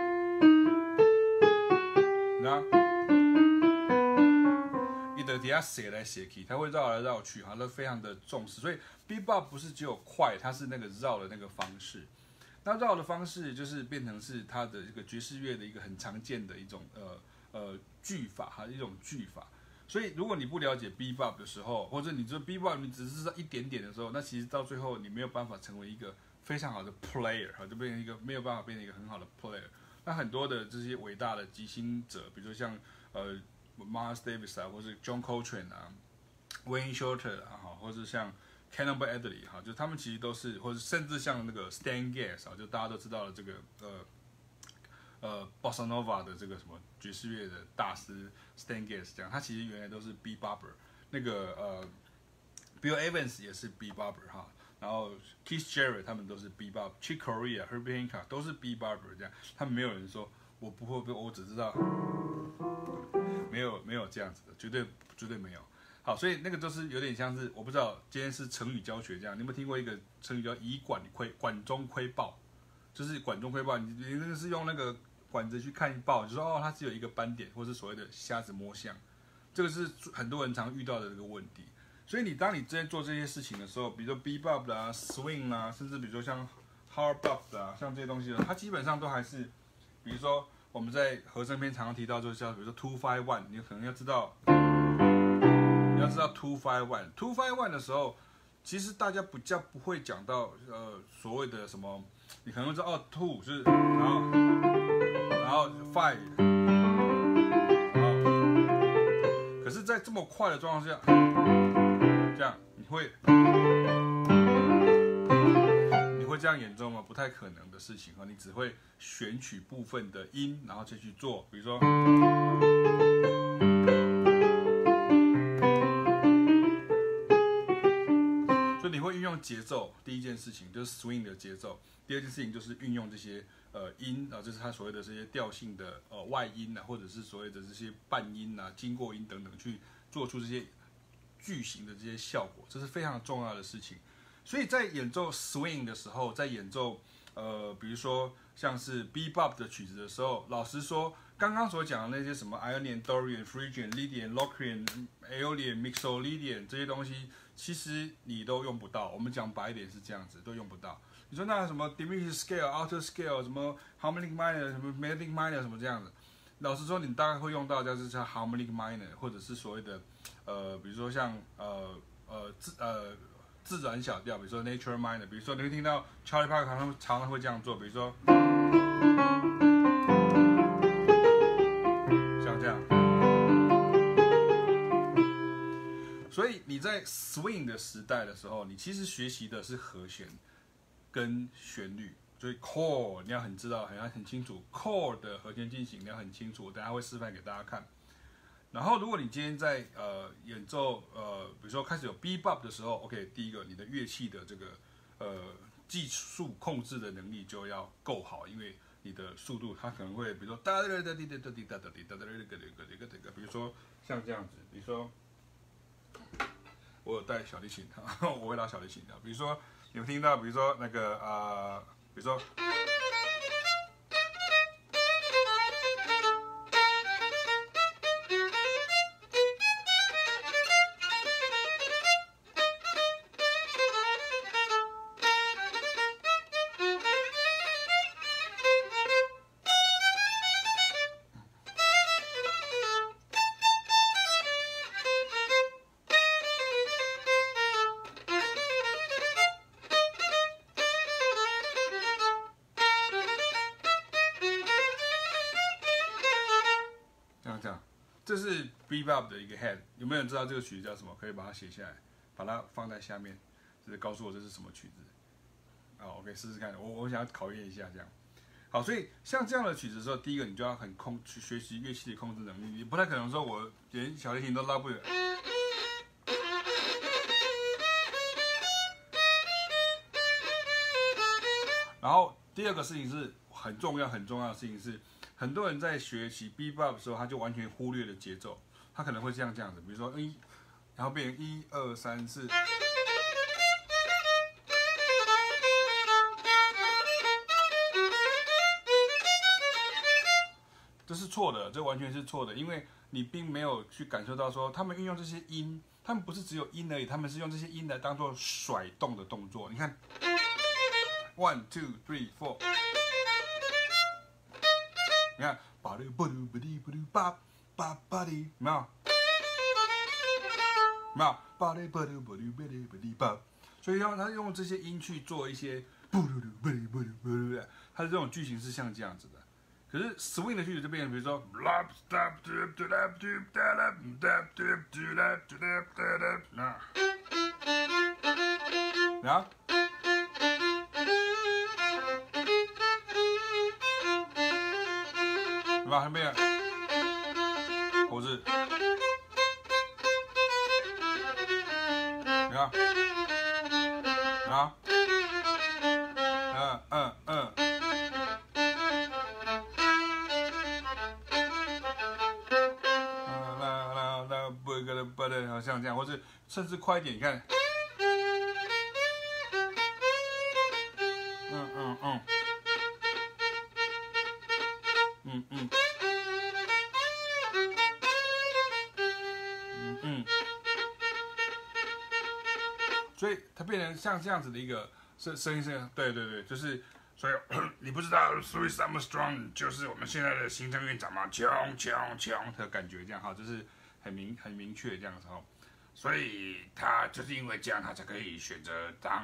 那。底下写来写去，它会绕来绕去，它都非常的重视。所以 Bebop 不是只有快，它是那个绕的那个方式。那绕的方式就是变成是它的这个爵士乐的一个很常见的一种句法哈，一种句法。所以如果你不了解 Bebop 的时候，或者你这 Bebop 你只是知道一点点的时候，那其实到最后你没有办法成为一个非常好的 player 哈，就变成一个没有办法变成一个很好的 player。那很多的这些伟大的即兴者，比如说像Miles Davis 啊，或是 John Coltrane 啊 ，Wayne Shorter 啊，或者像 Cannonball Adderley 哈，就他们其实都是，或者甚至像那个 Stan Getz 啊，就大家都知道的这个Bossa Nova 的这个什么爵士乐的大师 Stan Getz 这样，他其实原来都是 Bebopper， 那个Bill Evans 也是 Bebopper 哈，然后 Keith Jarrett 他们都是 Bebop，Chick Corea、Herbie Hancock 都是 Bebopper 这样，他们没有人说我不会，我只知道。没有这样子的，绝对没有。好，所以那个就是有点像是，我不知道今天是成语教学这样，你有没有听过一个成语叫以管中窥豹？就是管中窥豹，你那个是用那个管子去看豹，就说它只有一个斑点，或是所谓的瞎子摸象，这个是很多人常遇到的这个问题。所以当你在做这些事情的时候，比如说 Bebop 啦、Swing 啦，甚至比如说像 Hard Bop 啦，像这些东西它基本上都还是，比如说。我们在和声篇常常提到，就是像比如说 251， 你可能要知道 251 的时候，其实大家比较不会讲到所谓的什么，你可能会知道2是，然后 5， 可是，在这么快的状况下，这样你会这样演奏吗？不太可能的事情哈，你只会选取部分的音，然后再去做，比如说，所以你会运用节奏，第一件事情就是 swing 的节奏，第二件事情就是运用这些音啊，这是它所谓的这些调性的外音啊，或者是所谓的这些半音啊、经过音等等，去做出这些句型的这些效果，这是非常重要的事情。所以在演奏 swing 的时候，在演奏比如说像是 bebop 的曲子的时候，老实说，刚刚所讲的那些什么 Ionian、Dorian、Phrygian、Lydian、Locrian、Aeolian、Mixolydian 这些东西，其实你都用不到。我们讲白一点是这样子，都用不到。你说那什么 diminished scale、alto scale， 什么 harmonic minor、什么 melodic minor 什么这样子，老实说，你大概会用到就是叫 harmonic minor， 或者是所谓的比如说像自然小调，比如说 nature minor， 比如说你会听到 Charlie Parker 常常会这样做，比如说像这样。所以你在 swing 的时代的时候，你其实学习的是和弦跟旋律，所以 chord 你要很知道，很清楚 chord 的和弦进行你要很清楚，我等一下会示范给大家看。然后，如果你今天在演奏比如说开始有 bebop 的时候 ，OK， 第一个你的乐器的这个技术控制的能力就要够好，因为你的速度它可能会比如说比如说像这样子，比如说我有带小提琴，我会拉小提琴的，比如说你们听到，比如说那个比如说。这是 bebop 的一个 head， 有没有人知道这个曲子叫什么？可以把它写下来，把它放在下面，就是告诉我这是什么曲子。OK， 试试看，我想要考验一下这样。好，所以像这样的曲子的时候，第一个你就要去学习乐器的控制能力，你不太可能说我连小提琴都拉不了。然后第二个事情是很重要的事情是。很多人在学习 bebop 的时候，他就完全忽略了节奏，他可能会这样子，比如说然后变成1、2、3、4，这是错的，这完全是错的，因为你并没有去感受到说他们运用这些音，他们不是只有音而已，他们是用这些音来当做甩动的动作。你看 ，1、2、3、4。你看，巴哩巴哩巴哩巴哩巴巴巴哩，有没有？没有，巴哩巴哩巴哩巴哩巴哩巴。所以他用这些音去做一些布噜噜巴哩巴哩巴哩，它的这种句型是像这样子的。可是 swing 的句子就变成，比如说，啊。吧，后面猴子，你看，啊，好像这样，或者甚至快一点，你看，所以它变成像这样子的一个声音，对，就是所以你不知道 Louis Armstrong 就是我们现在的行政院长吗？锵的感觉这样哈，就是很明确这样子哈，所以他就是因为这样，他才可以选择当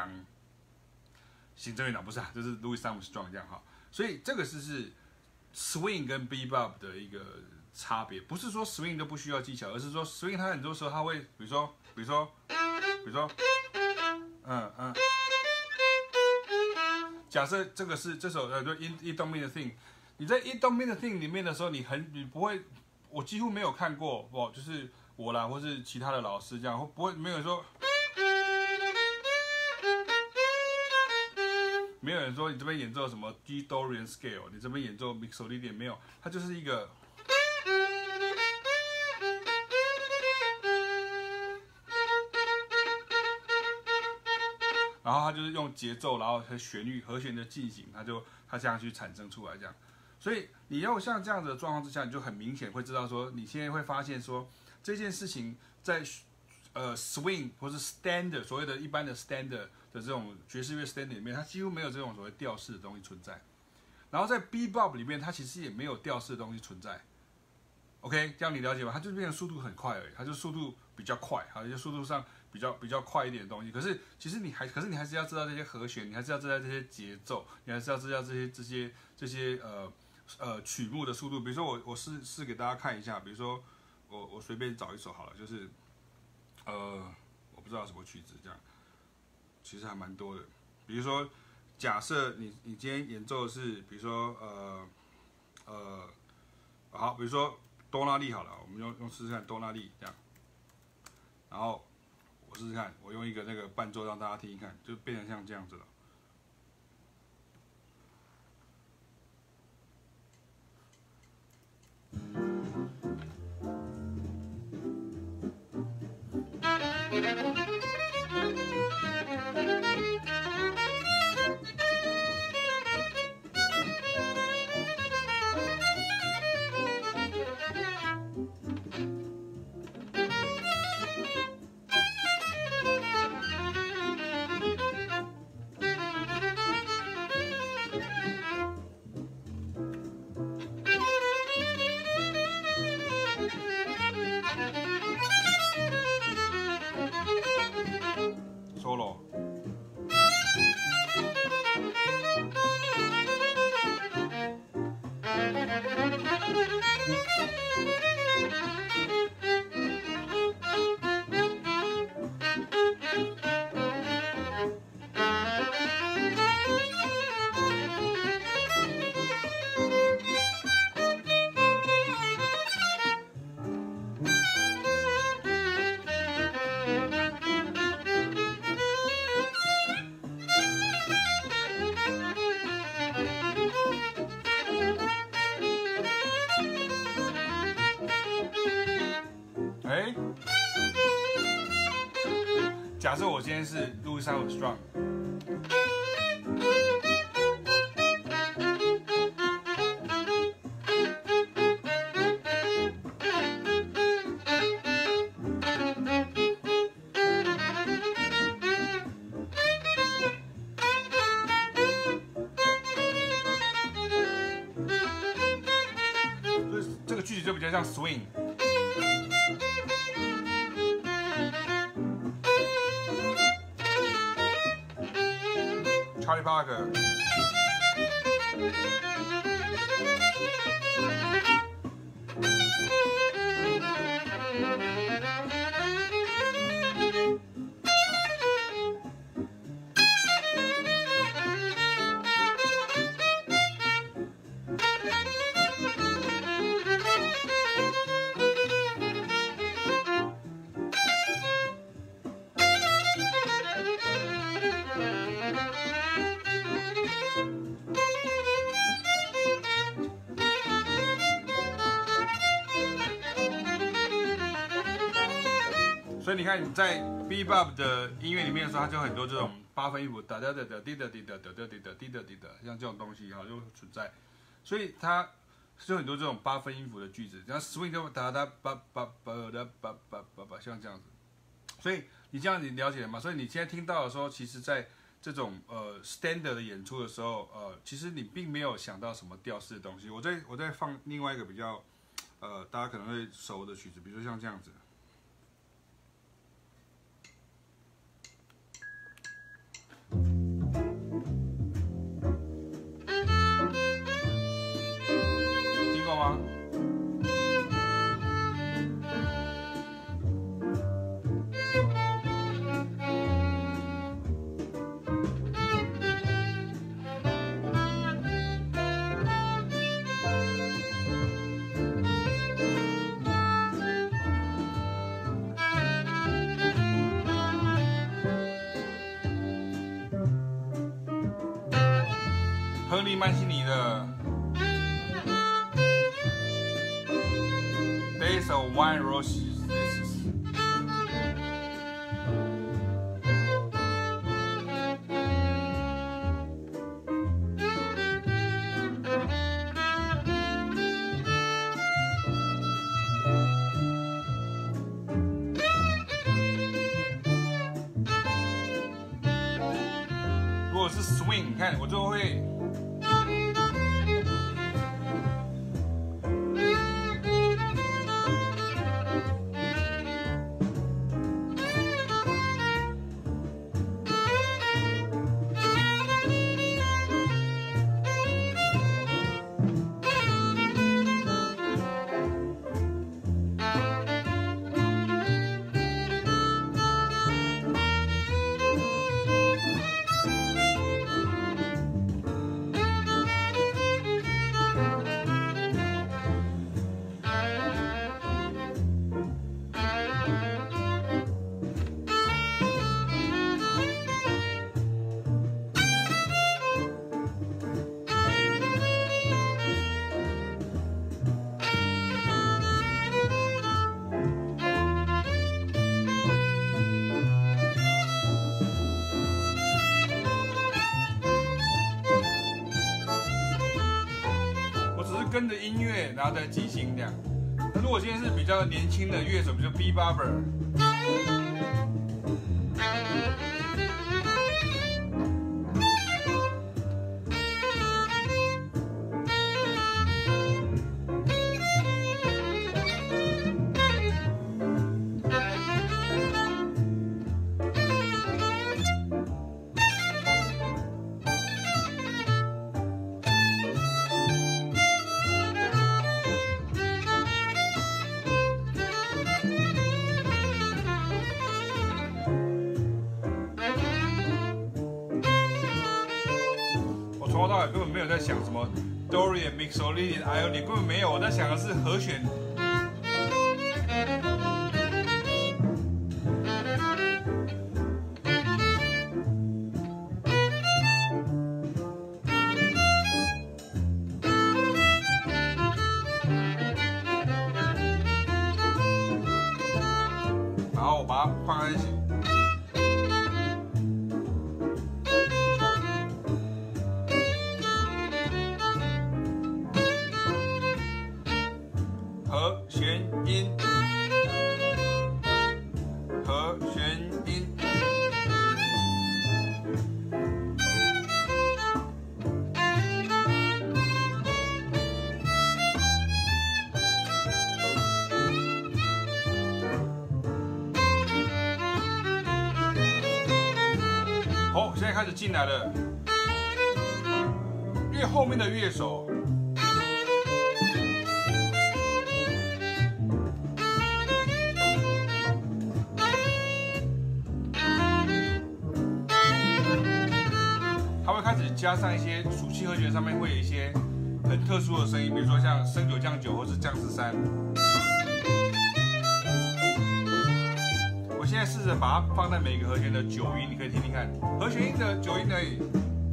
行政院长，不是啊，就是 Louis Armstrong 这样哈，所以这个是 swing 跟 bebop 的一个差别，不是说 swing 都不需要技巧，而是说 swing 它很多时候它会，比如说， 假设这首就 It Don't Mean a Thing， 你在 It Don't Mean a Thing 里面的时候，你不会，我几乎没有看过，就是我啦，或是其他的老师这样，不会没有人说，没有人说你这边演奏什么 G Dorian Scale， 你这边演奏 Mixolydian 没有，它就是一个。然后它就是用节奏，然后和旋律、和弦的进行，它这样去产生出来这样。所以你要像这样子的状况之下，你就很明显会知道说，你现在会发现说这件事情在swing 或是 standard 所谓的一般的 standard 的这种爵士乐 standard 里面，它几乎没有这种所谓调式的东西存在。然后在 bebop 里面，它其实也没有调式的东西存在。OK， 这样你了解吗？它就变成速度很快而已，它就速度比较快，好，就速度上比较快一点的东西。可是其实你还是要知道这些和弦，你还是要知道这些节奏，你还是要知道这些曲目的速度。比如说我试给大家看一下，比如说我随便找一首好了，就是我不知道什么曲子这样，其实还蛮多的。比如说假设你今天演奏的是，比如说好，比如说多拉利好了，我们用试试看多拉利这样，然后我试试看，我用一个那个伴奏让大家听一看，就变成像这样子了。solo。假设我今天是 Louis Armstrong， 所以这个句子就比较像 swing。Charlie Parker。所以你看，你在 bebop 的音乐里面的时候，它就有很多这种8分音符，哒哒哒哒滴哒滴哒哒哒滴哒滴哒滴哒，像这种东西哈就存在。所以它就很多这种8分音符的句子，然后 swing 就哒哒叭叭叭哒叭叭叭叭，像这样子。所以你这样你了解了吗？所以你现在听到的时候，其实在这种standard 的演出的时候，其实你并没有想到什么调式的东西。我再放另外一个比较大家可能会熟的曲子，比如说像这样子。听过吗？ 亨利曼西尼的 Days of Wine Roses。如果是 swing， 你看我就会。跟着音乐，然后再即兴这样。那如果今天是比较年轻的乐手，比如 B Barber， 从头到尾根本没有在想什么 Dorian Mixolydian Ionian， 根本没有，我在想的是和弦。然后我把它放在一起。和弦音，和弦音。好，现在开始进来了，越后面的乐手。它会开始加上一些属气和弦，上面会有一些很特殊的声音，比如说像升九降九或是降13。我现在试着把它放在每个和弦的9音，你可以听听看，和弦音的9音而已。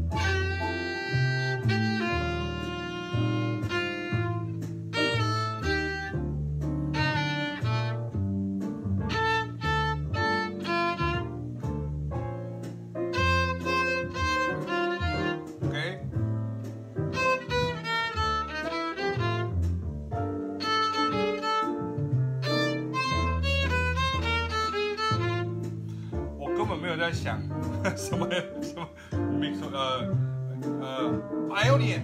没有在想什么 mix Ionian，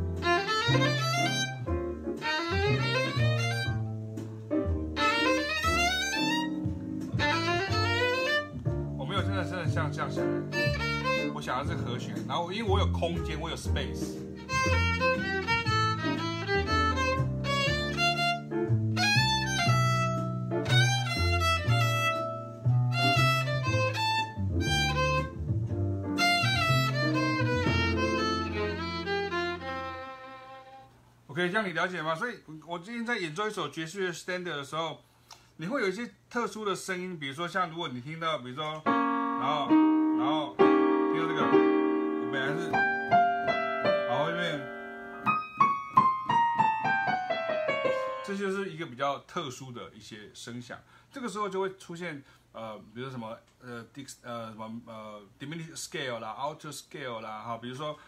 我没有真的像这样想，我想的是和弦，然后因为我有空间，我有 space。OK， 这样你了解吗？所以我今天在演奏一首爵士乐 standard 的时候，你会有一些特殊的声音，比如说像如果你听到，比如说，然后听到这个，我本来是，然后这边这就是一个比较特殊的一些声响。这个时候就会出现比如说什么diminished scale 啦 ，outer scale 啦，哈，比如说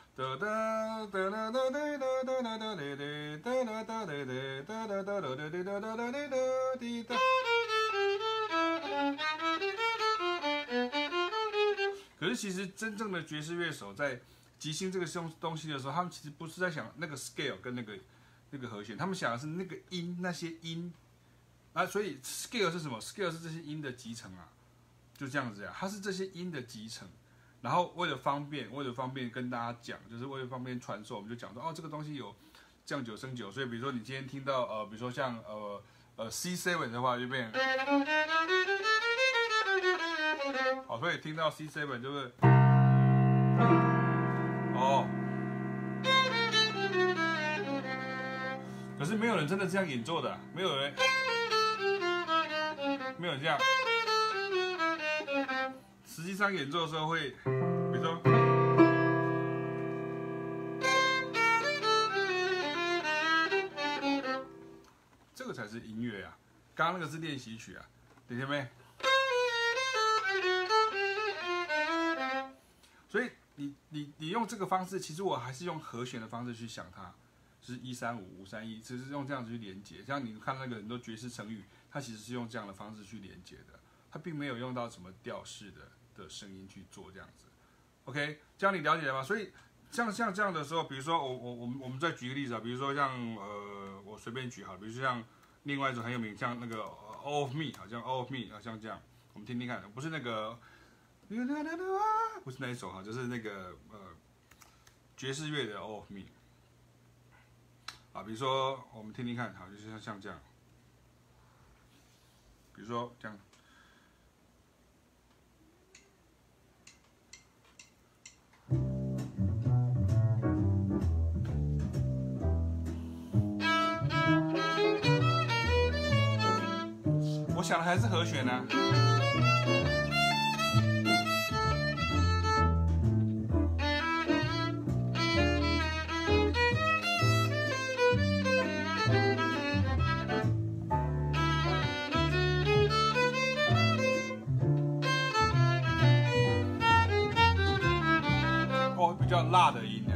可是其实真正的爵士乐手在即兴这个东西的时候，他们其实不是在想那个 scale 跟那个和弦，他们想的是那个音，那些音啊。所以 scale 是什么 ？scale 是这些音的集成啊，就这样子啊，它是这些音的集成。然后为了方便跟大家讲，就是为了方便传授，我们就讲说这个东西有降九升九。所以比如说你今天听到比如说像C7 的话，就变好，所以听到 C7 就是可是没有人真的这样演奏的，没有人这样。实际上演奏的时候会，比如说，这个才是音乐啊，刚刚那个是练习曲啊，听见没？所以你用这个方式，其实我还是用和弦的方式去想它。就是135、531，只是用这样子去连接。像你看那个很多爵士成语，它其实是用这样的方式去连接的，它并没有用到什么调式的声音去做这样子。OK， 这样你了解了吗？所以像这样的时候，比如说我们再举个例子啊，比如说像我随便举好了，比如说像另外一种很有名，像那个 All of Me， 好像 All of Me， 好像这样，我们听听看，不是那个，不是那一首哈，就是那个爵士乐的 All of Me。啊，比如说我们听听看，好，就是像这样，比如说这样，我想的还是和弦呢。比较辣的音呢。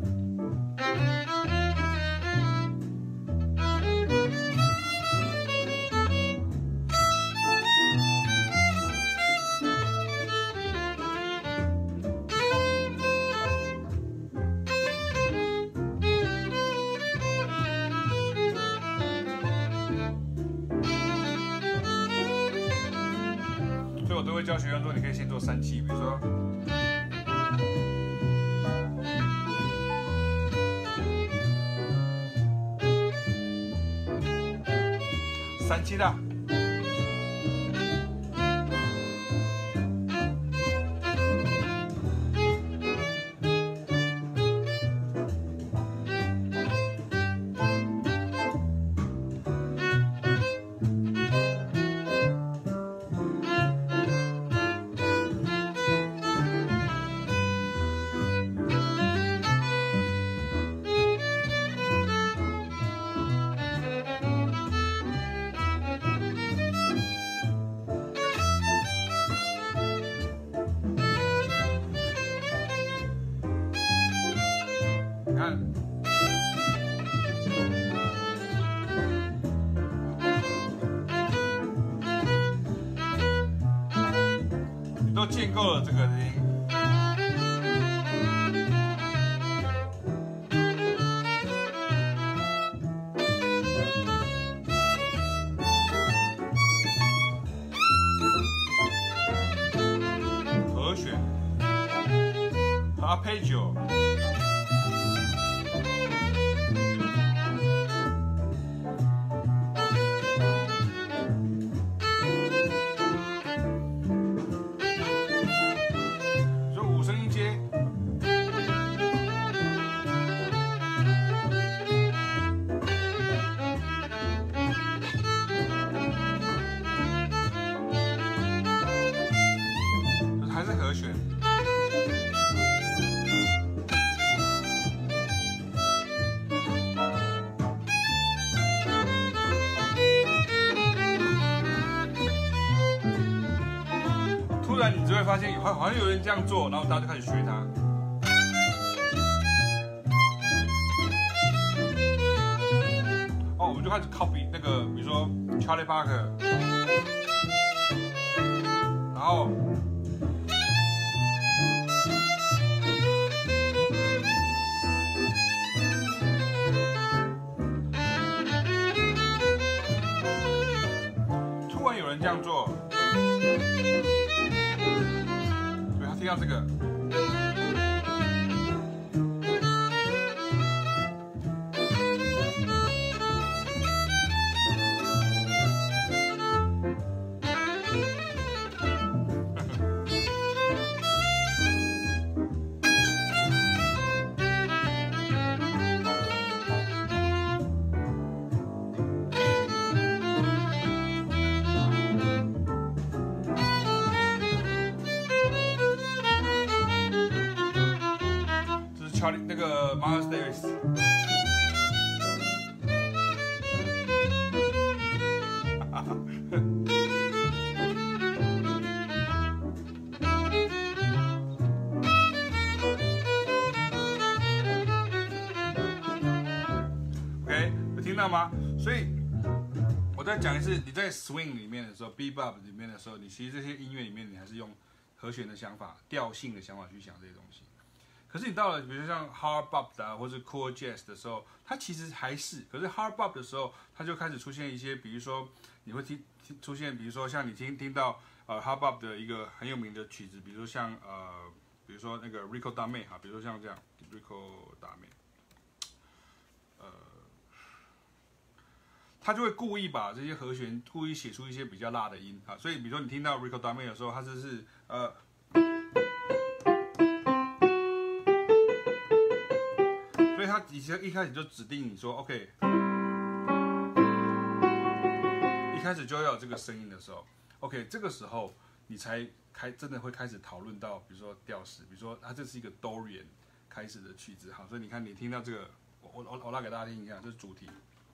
所以我都会教学生说，你可以先做3期，比如说。3期的，都建构了这个音。和弦 ，arpeggio。和弦， 然你就会发现好像有人这样做，然后大家就开始学他。哦，我们就开始 copy 那个，比如说 Charlie Parker， 然后。有人这样做，对他听到这个，那个 Miles Davis， OK， 有听到吗？所以我再讲一次，你在 swing 里面的时候 ，bebop 里面的时候，你其实这些音乐里面，你还是用和弦的想法、调性的想法去想这些东西。可是你到了，比如像 hard bop 啊，或是 cool jazz 的时候，它其实还是，可是 hard bop 的时候，它就开始出现一些，比如说你会出现，比如说像你听到hard bop 的一个很有名的曲子，比如说像比如说那个 Rico Dame 哈，比如说像这样 Rico Dame， 他就会故意把这些和弦故意写出一些比较辣的音啊，所以比如说你听到 Rico Dame 的时候，它就是所以他一开始就指定你说 OK， 一开始就要有这个声音的时候 ，OK， 这个时候你才真的会开始讨论到，比如说调式，比如说它这是一个 Dorian 开始的曲子，好，所以你看你听到这个，我拉给大家听一下，这是主题，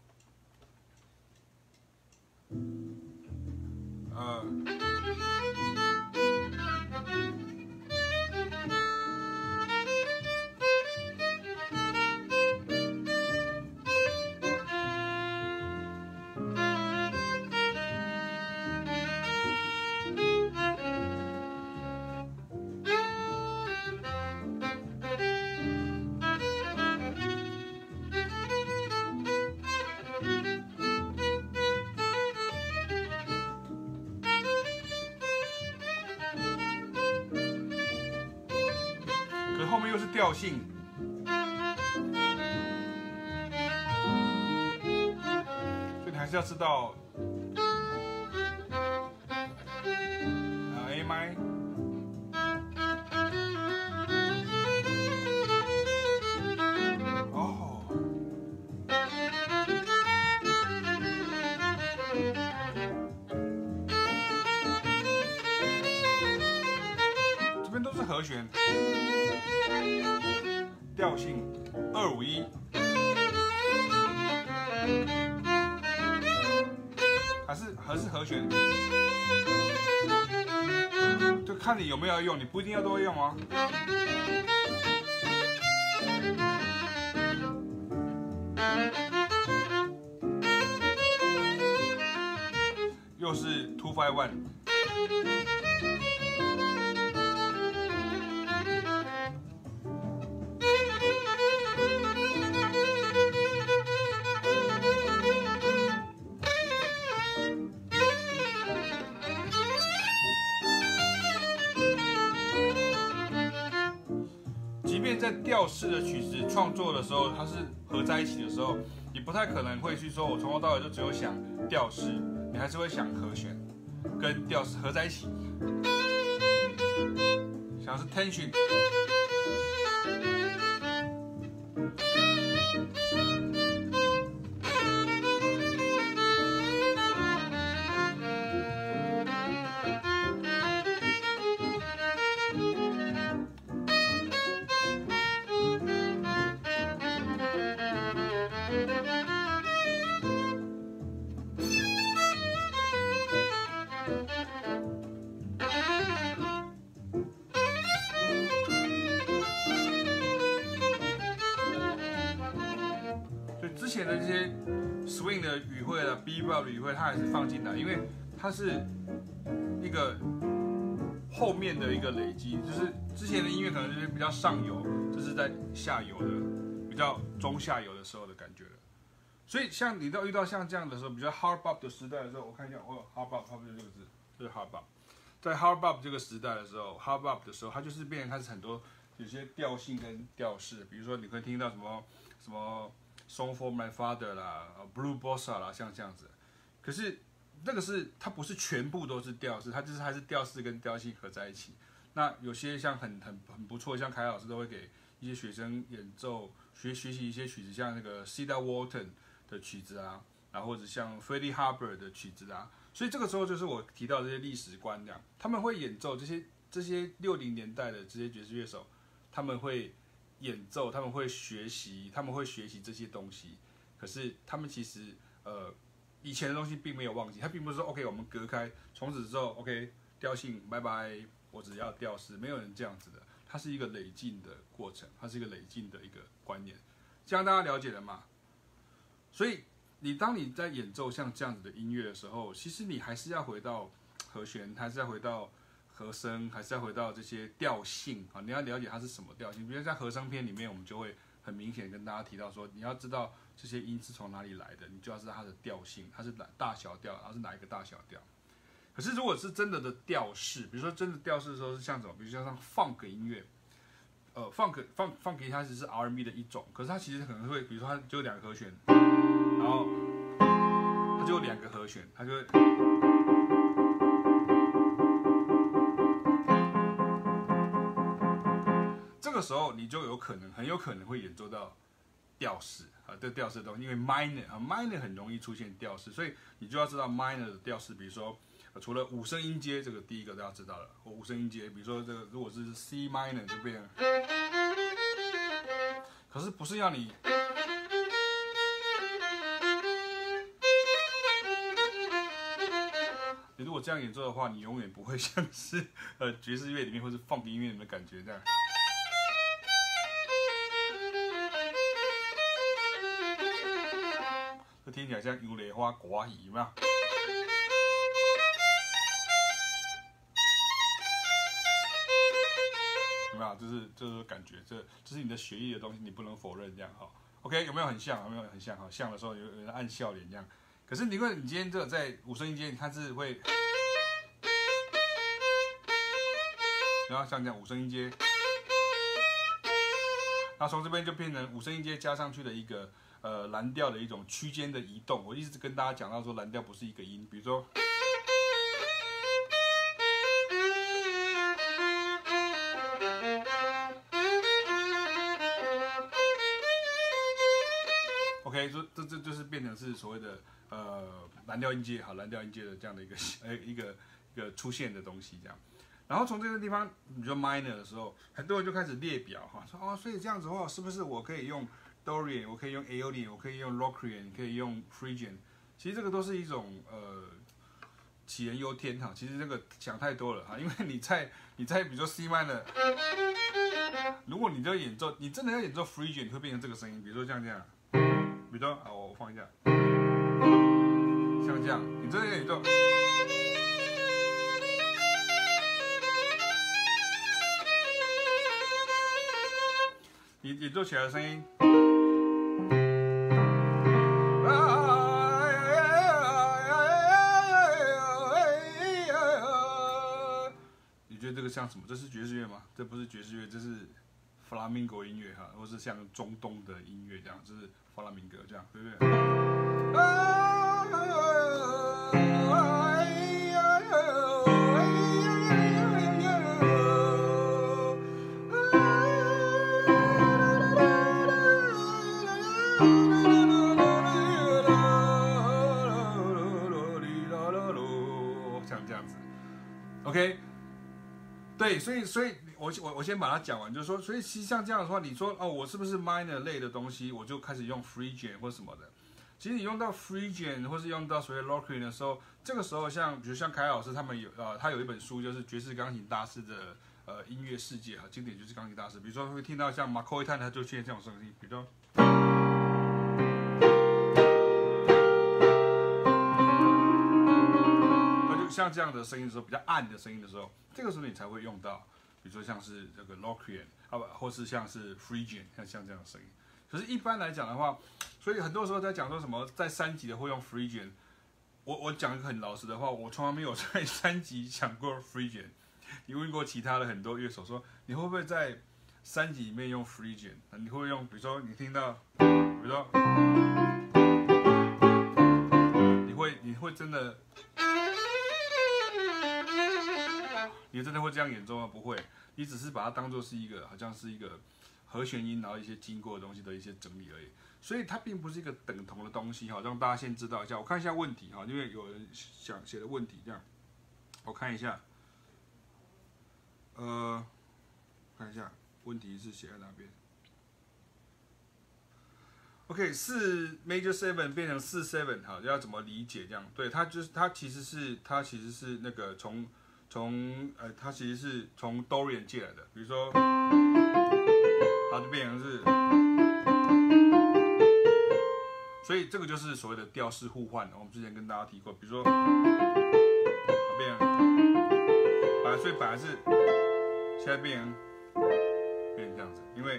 后面又是调性，所以你还是要知道A 麦，哦，这边都是和弦。调性251，还是和弦，就看你有没有要用，你不一定要都会用哦。又是251。在调式的曲子创作的时候，它是合在一起的时候，你不太可能会去说，我从头到尾就只有想调式，你还是会想和弦跟调式合在一起，想的是 tension。 之前的这些 swing 的语汇啦 bebop 的语汇，它还是放进来，因为它是一个后面的一个累积，就是之前的音乐可能就是比较上游，这是在下游的比较中下游的时候的感觉了。所以像你遇到像这样的时候，比较 hard bop 的时代的时候，我看一下，hard bop 差不多就这个字，这是 hard bop。在 hard bop 这个时代的时候 ，hard bop 的时候，它就是变成开始很多有些调性跟调式，比如说你可以听到什么 Song for My Father 啦，Blue Bossa 啦，像这样子。可是那个它不是全部都是调式，它就是还是调式跟调性合在一起。那有些像很不错，像凯老师都会给一些学生演奏学习一些曲子，像那个 Cedar Walton 的曲子啊，然后或者像 Freddie Hubbard 的曲子啊。所以这个时候就是我提到这些历史观这样，他们会演奏这些60年代的这些爵士乐手，他们会演奏，他们会学习这些东西。可是他们其实以前的东西并没有忘记，他并不是说 OK 我们隔开，从此之后 OK 调性拜拜，我只要调式，没有人这样子的，它是一个累进的过程，它是一个累进的一个观念，这样大家了解了吗？所以当你在演奏像这样子的音乐的时候，其实你还是要回到和弦，还是要回到和声，还是要回到这些调性啊，你要了解它是什么调性。比如在和声篇里面，我们就会很明显跟大家提到说，你要知道这些音是从哪里来的，你就要知道它的调性，它是大小调，然后是哪一个大小调。可是如果是真的调式，比如说真的调式的时候是像什么？比如说像 funk 音乐，funk 它其实是 R&B 的一种，可是它其实可能会，比如说它就有2个和弦，然后它就有2个和弦，它就会。这个时候你就很有可能会演奏到调式啊，这调式的东西，因为 minor 很容易出现调式，所以你就要知道 minor 的调式，比如说除了5声音阶，这个第一个都要知道了。5声音阶，比如说这个如果是 C minor 就变成，可是不是要你。你如果这样演奏的话，你永远不会像是爵士乐里面或是 funk 音乐里面的感觉这样。这听起来像油梨花刮鱼嘛？有没有？这感觉，这是你的血液的东西，你不能否认这样哈。OK， 有没有很像？有没有很像？好像的时候有人按笑脸这样。可是你今天这个在5声音阶，它是会，然后像这样5声音阶，然后从这边就变成5声音阶加上去的一个蓝调的一种区间的移动。我一直跟大家讲到说，蓝调不是一个音，比如说。OK， 这就是变成是所谓的蓝调音阶，好，蓝调音阶的这样的一个出现的东西这样。然后从这个地方，你说 minor 的时候，很多人就开始列表哈，说所以这样子的话，是不是我可以用 Dorian， 我可以用 Aeolian， 我可以用 Locrian， 可以用 Phrygian， 其实这个都是一种杞人忧天哈。其实这个想太多了哈，因为你在比如说 C minor， 如果你这演奏，你真的要演奏 Phrygian， 会变成这个声音，比如说像这样。比如说，我放一下，像这样，你这个演奏，你演奏起来的声音，你觉得这个像什么？这是爵士乐吗？这不是爵士乐，这是弗拉明戈音乐哈，或是像中东的音乐这样，就是弗拉明戈这样，对不对？像这样子 ，OK， 对，所以我先把它讲完，就是说，所以其实像这样的话，你说我是不是 minor 类的东西，我就开始用 Phrygian 或什么的。其实你用到 Phrygian 或是用到所谓 Locrian 的时候，这个时候比如像凯老师他们他有一本书就是爵士钢琴大师的音乐世界哈，经典爵士钢琴大师，比如说会听到像 McCoy 他就出现这种声音，比如说。 像这样的声音的时候，比较暗的声音的时候，这个时候你才会用到，比如说像是这个 Locrian 啊，或是像是 Phrygian， 像这样的声音。可是，一般来讲的话，所以很多时候在讲说什么在3级的会用 Phrygian， 我讲一个很老实的话，我从来没有在3级讲过 Phrygian。你问过其他的很多乐手说，你会不会在3级里面用 Phrygian？ 你会不会用，比如说你听到，比如说，你会真的，你真的会这样演奏吗？不会，你只是把它当做是一个，好像是一个和弦音，然后一些经过的东西的一些整理而已。所以它并不是一个等同的东西哈，让大家先知道一下。我看一下问题哈，因为有人想写的问题这样，我看一下。看一下问题是写在哪边。OK， 4 Major 7变成4 7，好，要怎么理解这样？对，它其实是那个它其实是从 Dorian 借来的，比如说，它就变成是，所以这个就是所谓的调式互换。我们之前跟大家提过，比如说，所以本来是，现在变成这样子，因为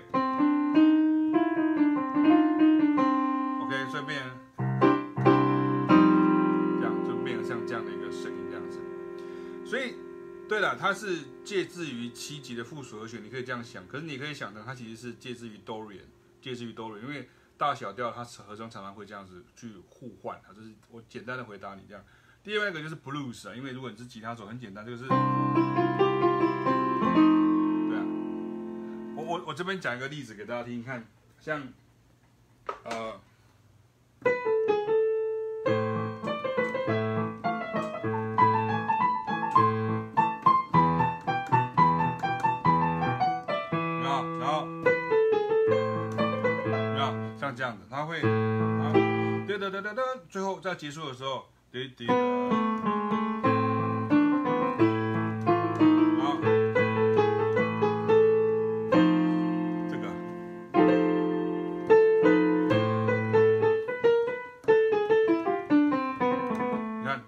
OK， 所以变成这样，就变成像这样的一个声音这样子。所以，对了，它是介自于7级的附属和弦，你可以这样想。可是你可以想成它其实是介自于 Dorian， 因为大小调它和声常常会这样子去互换。这是我简单的回答你这样。第二个就是 blues 啊，因为如果你是吉他手，很简单，这个是，对啊。我这边讲一个例子给大家听听看，像像这样子，它会啊，最后在结束的时候，这个，你看，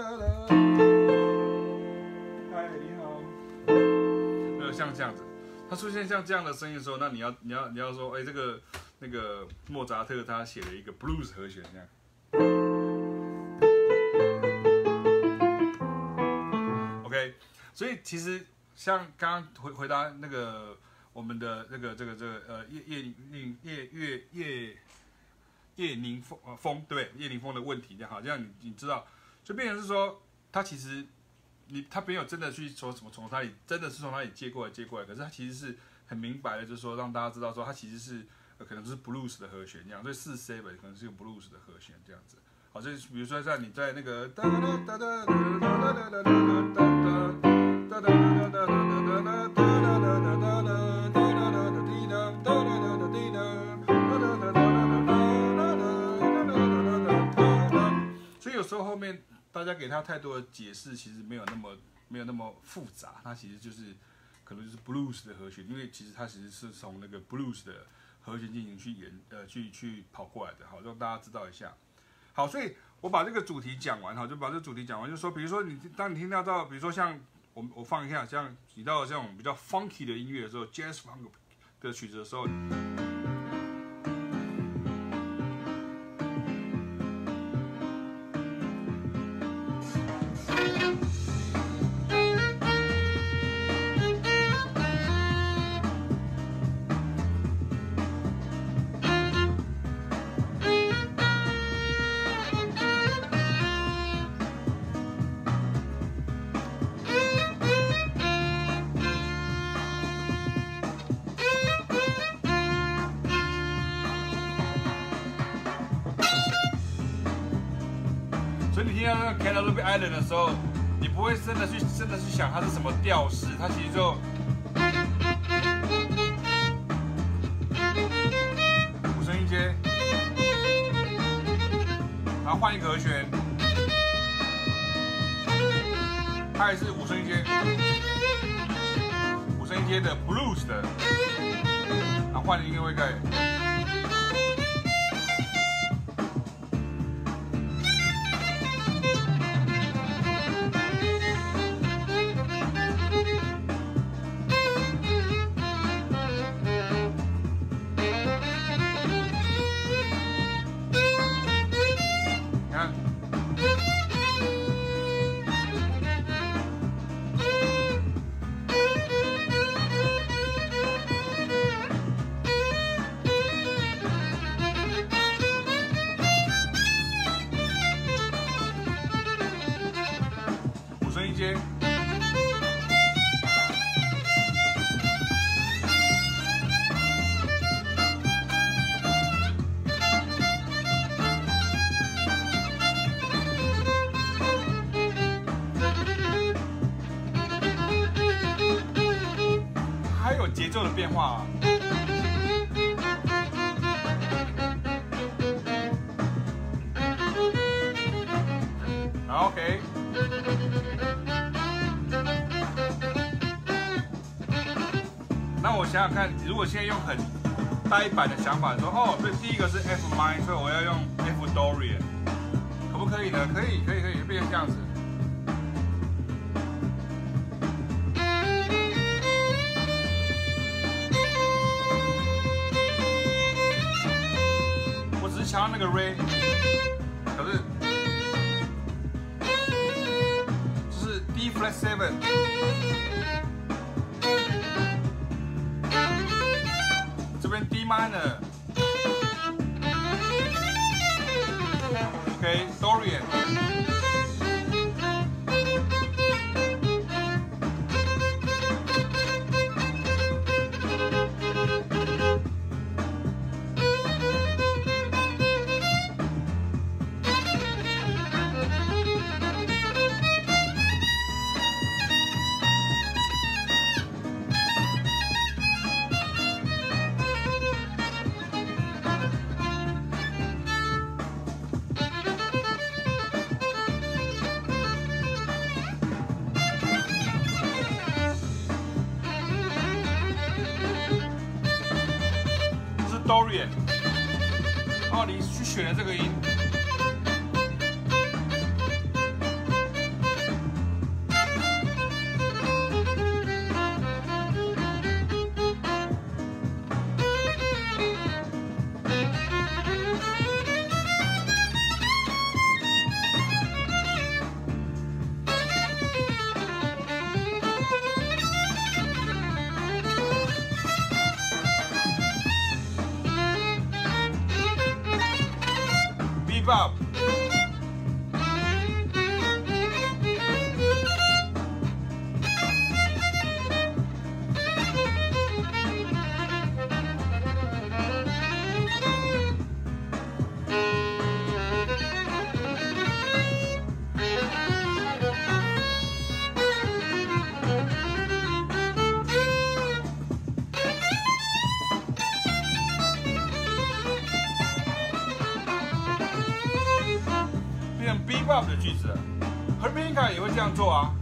嗨，你好，像这样子，它出现像这样的声音的时候，那你要说，哎，那个莫扎特他写了一个 blues 和弦这样。OK， 所以其实像刚刚回答那个我们的叶宁峰对叶宁峰的问题这样好，这样你知道，就变成是说他其实他没有真的去说什么从哪里真的是从哪里借过来，可是他其实是很明白的，就是说让大家知道说他其实是可能是 blues 的和弦这样，所以4 7可能是个 blues 的和弦这样子。好，所以比如说像你在那个所以有时候后面大家给他太多的解释，其实没有那么复杂，它其实就是可能就是 blues 的和弦，因为其实它其实是从那个 blues 的和弦进行去跑过来的，好，让大家知道一下。好，所以我把这个主题讲完，就把这个主题讲完，就是说，比如说当你听到，比如说像我放一下，像提到这种比较 funky 的音乐的时候 ，jazz funk 的曲子的时候。所以你听到那个 Cantaloupe Island 的时候，你不会真的去想它是什么调式，它其实就5声音阶，然后换一个和弦，它也是5声音阶，5声音阶的 blues 的，然后换了另外一个。 奏的变化。好 ，OK。那我想想看，如果现在用很呆板的想法说，哦，所以第一个是 F minor， 所以我要用 F Dorian， 可不可以呢？可以，变成这样子。我只是强调那个 Re， 可是就是 D flat 7。D minor， OK， Dorian， Dorian， 哦，你去选了这个音，bebop， bebop 的句子 ，harmonica 也会这样做啊。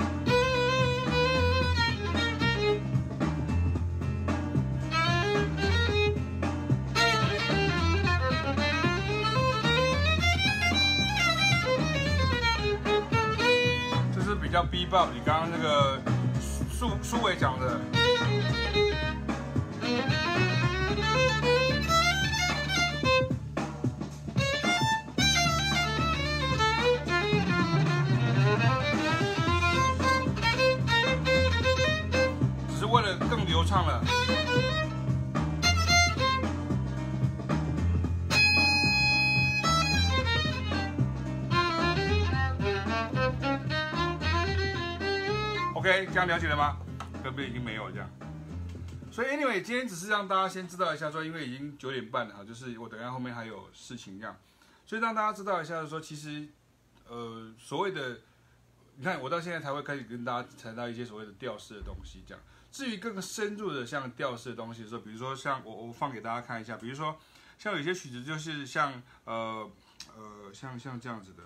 这是比较 bebop， 你刚刚那个苏伟讲的。为了更流畅了。OK， 这样了解了吗？隔壁已经没有这样。所以 anyway， 今天只是让大家先知道一下，说因为已经9点半了哈，就是我等一下后面还有事情这样，所以让大家知道一下，说其实所谓的，你看我到现在才会开始跟大家谈到一些所谓的调式的东西这样。至于更深入的像调式的东西的时候，比如说像我放给大家看一下，比如说像有些曲子就是像像这样子的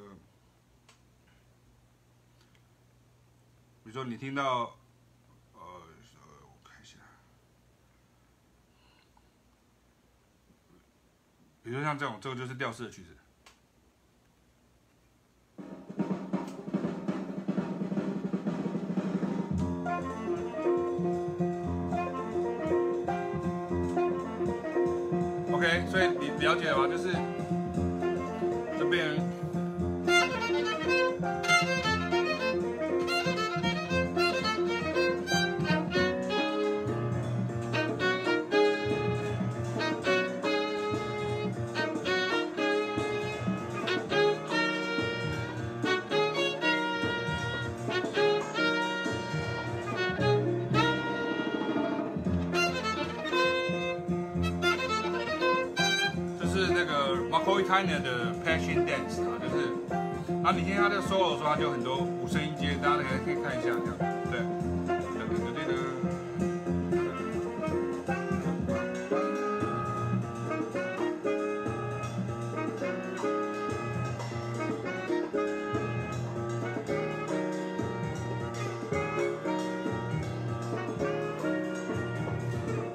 比如说你听到我看一下，比如说像这种，这个就是调式的曲子。OK， 所以你了解了吗？就是这边，Tyner 的 Passion Dance 啊，就是，然后你听他的 solo 的时候，他就有很多五声音阶，大家可以看一下这样，对。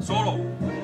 solo。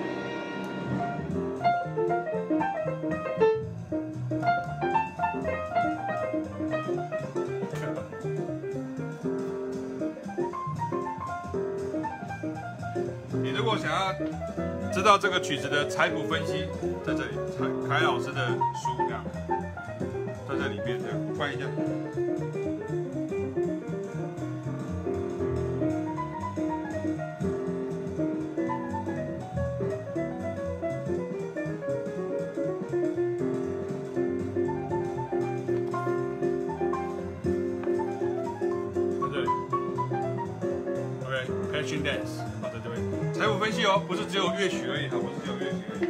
你如果想要知道这个曲子的采谱分析，在这里，凯老师的书这样，在这里面这样翻一下。Passion Dance， 好，在这边采谱分析哦，不是只有乐曲而已，它不是只有乐曲而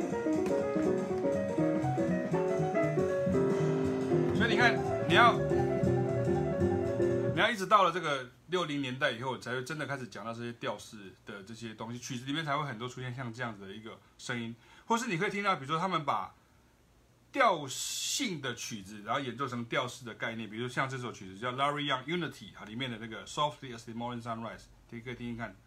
已。所以你看，你要一直到了这个60年代以后，才会真的开始讲到这些调式的这些东西，曲子里面才会很多出现像这样子的一个声音，或是你可以听到，比如说他们把调性的曲子，然后演奏成调式的概念，比如像这首曲子叫 Larry Young Unity 里面的那个 Softly as the Morning Sunrise。可以听听看，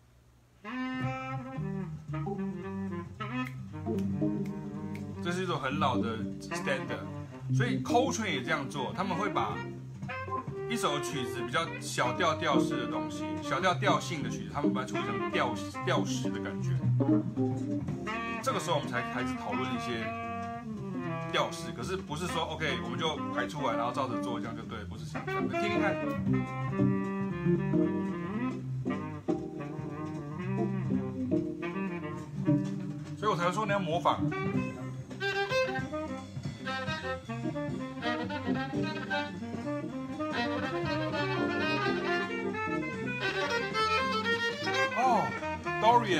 这是一首很老的 standard， 所以 Coltrane 也这样做，他们会把一首曲子比较小调调式的东西，小调调性的曲子，他们把它处理成调式的感觉。这个时候我们才开始讨论一些调式，可是不是说 OK 我们就排出来，然后照着做，这样就对，不是这样。听听看。所以我才说你要模仿。哦 ，Dorian。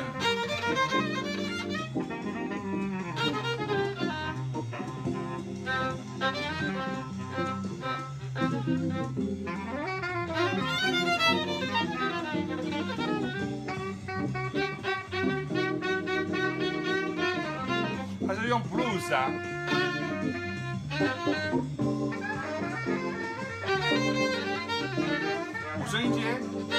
他是用 blues 啊，五声音阶，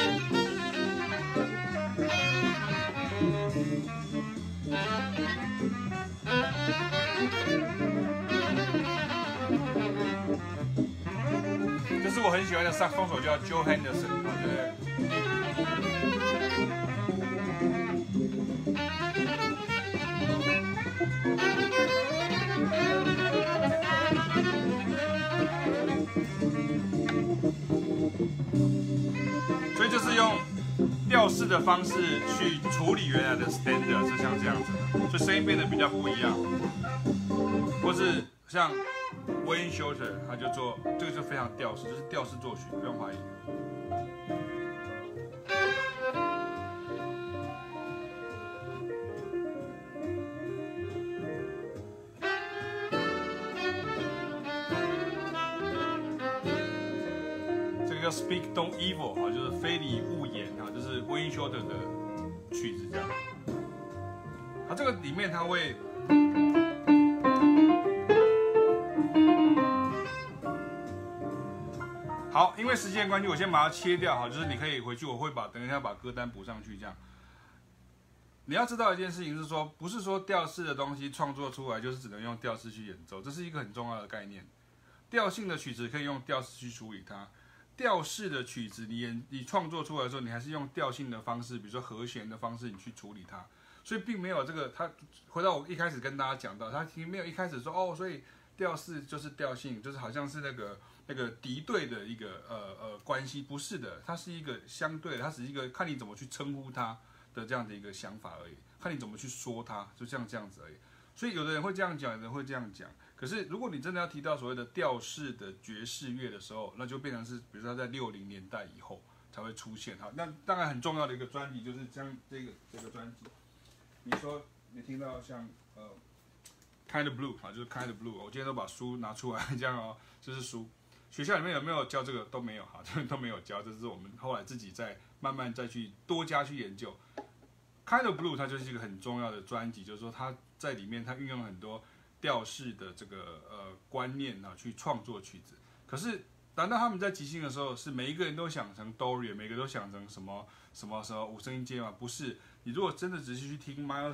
这是我很喜欢的萨克斯手叫 Joe Henderson， 对不对？所以就是用调式的方式去处理原来的 standard， 是像这样子的，所以声音变得比较不一样。或是像 Wayne Shorter， 他就做这个就非常调式，就是调式作曲，不用怀疑。叫 Speak Don't Evil 啊，就是非礼勿言啊，就是 Wayne Shorter 的曲子这样。它这个里面它会，好，因为时间关系，我先把它切掉哈，就是你可以回去，我会等一下把歌单补上去这样。你要知道一件事情是说，不是说调式的东西创作出来就是只能用调式去演奏，这是一个很重要的概念。调性的曲子可以用调式去处理它。调式的曲子你创作出来的时候，你还是用调性的方式，比如说和弦的方式，你去处理它，所以并没有这个。它回到我一开始跟大家讲到，它其实没有一开始说哦，所以调式就是调性，就是好像是那个敌对的一个关系，不是的，它是一个相对的，它只是一个看你怎么去称呼它的这样的一个想法而已，看你怎么去说它，就这样子而已。所以有的人会这样讲，有的人会这样讲。可是如果你真的要提到所谓的调式的爵士乐的时候，那就变成是，比如说在60年代以后才会出现哈。那当然很重要的一个专辑就是像这个专辑，你说你听到像Kind of Blue 啊，就是 Kind of Blue， 我今天都把书拿出来这样哦，这是书。学校里面有没有教这个都没有哈，都没有教，这是我们后来自己再慢慢再去多加去研究。Kind of Blue 它就是一个很重要的专辑，就是说它在里面它运用了很多调式的这个观念啊，去创作曲子。可是难道他们在即兴的时候是每一个人都想成 Dorian， 每个都想成什么五声音阶吗？不是。你如果真的仔细去听 Miles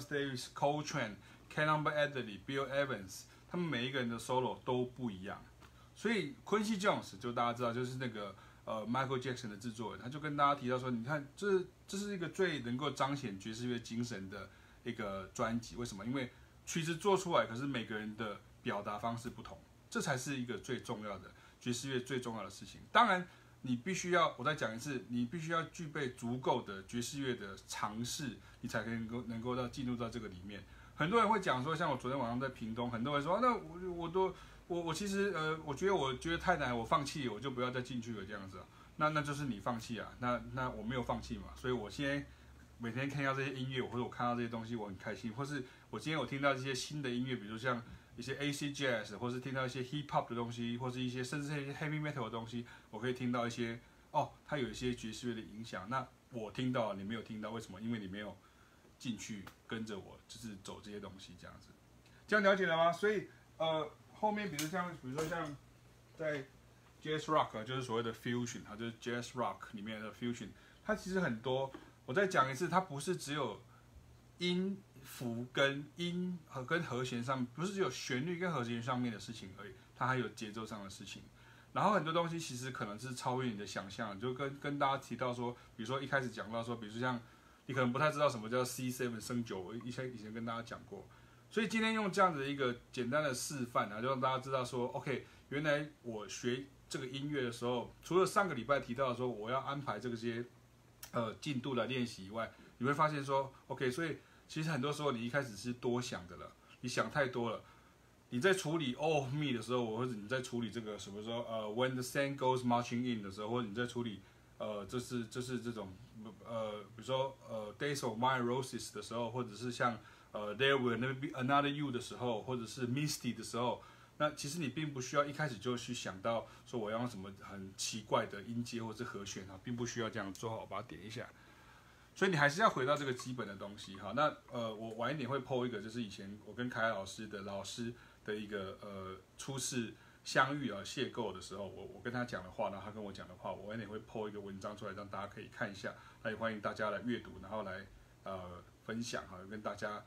Davis、Coltrane、Cannonball Adderley、Bill Evans， 他们每一个人的 solo 都不一样。所以 Quincy Jones 就大家知道，就是那个Michael Jackson 的制作人，他就跟大家提到说，你看这是一个最能够彰显爵士乐精神的一个专辑。为什么？因为曲子做出来，可是每个人的表达方式不同，这才是一个最重要的爵士乐最重要的事情。当然，你必须要，我再讲一次，你必须要具备足够的爵士乐的尝试，你才能够进入到这个里面。很多人会讲说，像我昨天晚上在屏东，很多人说，那我其实我觉得太难，我放弃，我就不要再进去了这样子。那就是你放弃啊，那我没有放弃嘛，所以我现在每天看到这些音乐，或者我看到这些东西，我很开心，或是我今天有听到这些新的音乐，比如像一些 AC Jazz， 或是听到一些 Hip Hop 的东西，或是一些甚至一些 Heavy Metal 的东西，我可以听到一些它有一些爵士乐的影响。那我听到你没有听到，为什么？因为你没有进去跟着我，就是走这些东西这样子。这样了解了吗？所以后面比如说像在 Jazz Rock， 就是所谓的 Fusion， 它就是 Jazz Rock 里面的 Fusion， 它其实很多。我再讲一次，它不是只有音符跟和弦上，不是只有旋律跟和弦上面的事情而已，它还有节奏上的事情。然后很多东西其实可能是超越你的想象，就跟大家提到说，比如说一开始讲到说，比如说像你可能不太知道什么叫 C7 升9，我以前跟大家讲过。所以今天用这样的一个简单的示范就让大家知道说 ，OK， 原来我学这个音乐的时候，除了上个礼拜提到说我要安排这些进度来练习以外，你会发现说 ，OK， 所以其实很多时候你一开始是多想的了，你想太多了。你在处理 All of Me 的时候，或者你在处理这个什么说When the Sun Goes Marching In 的时候，或者你在处理就是这种比如说Days of My Roses 的时候，或者是像There Will Never Be Another You 的时候，或者是 Misty 的时候，那其实你并不需要一开始就去想到说我要用什么很奇怪的音阶或者和弦并不需要这样做。好，我把它点一下。所以你还是要回到这个基本的东西哈。那我晚一点会 po 一个，就是以前我跟凯老师的一个初次相遇邂逅的时候，我跟他讲的话，然后他跟我讲的话，我晚一点会 po 一个文章出来，让大家可以看一下。那也欢迎大家来阅读，然后来分享跟大家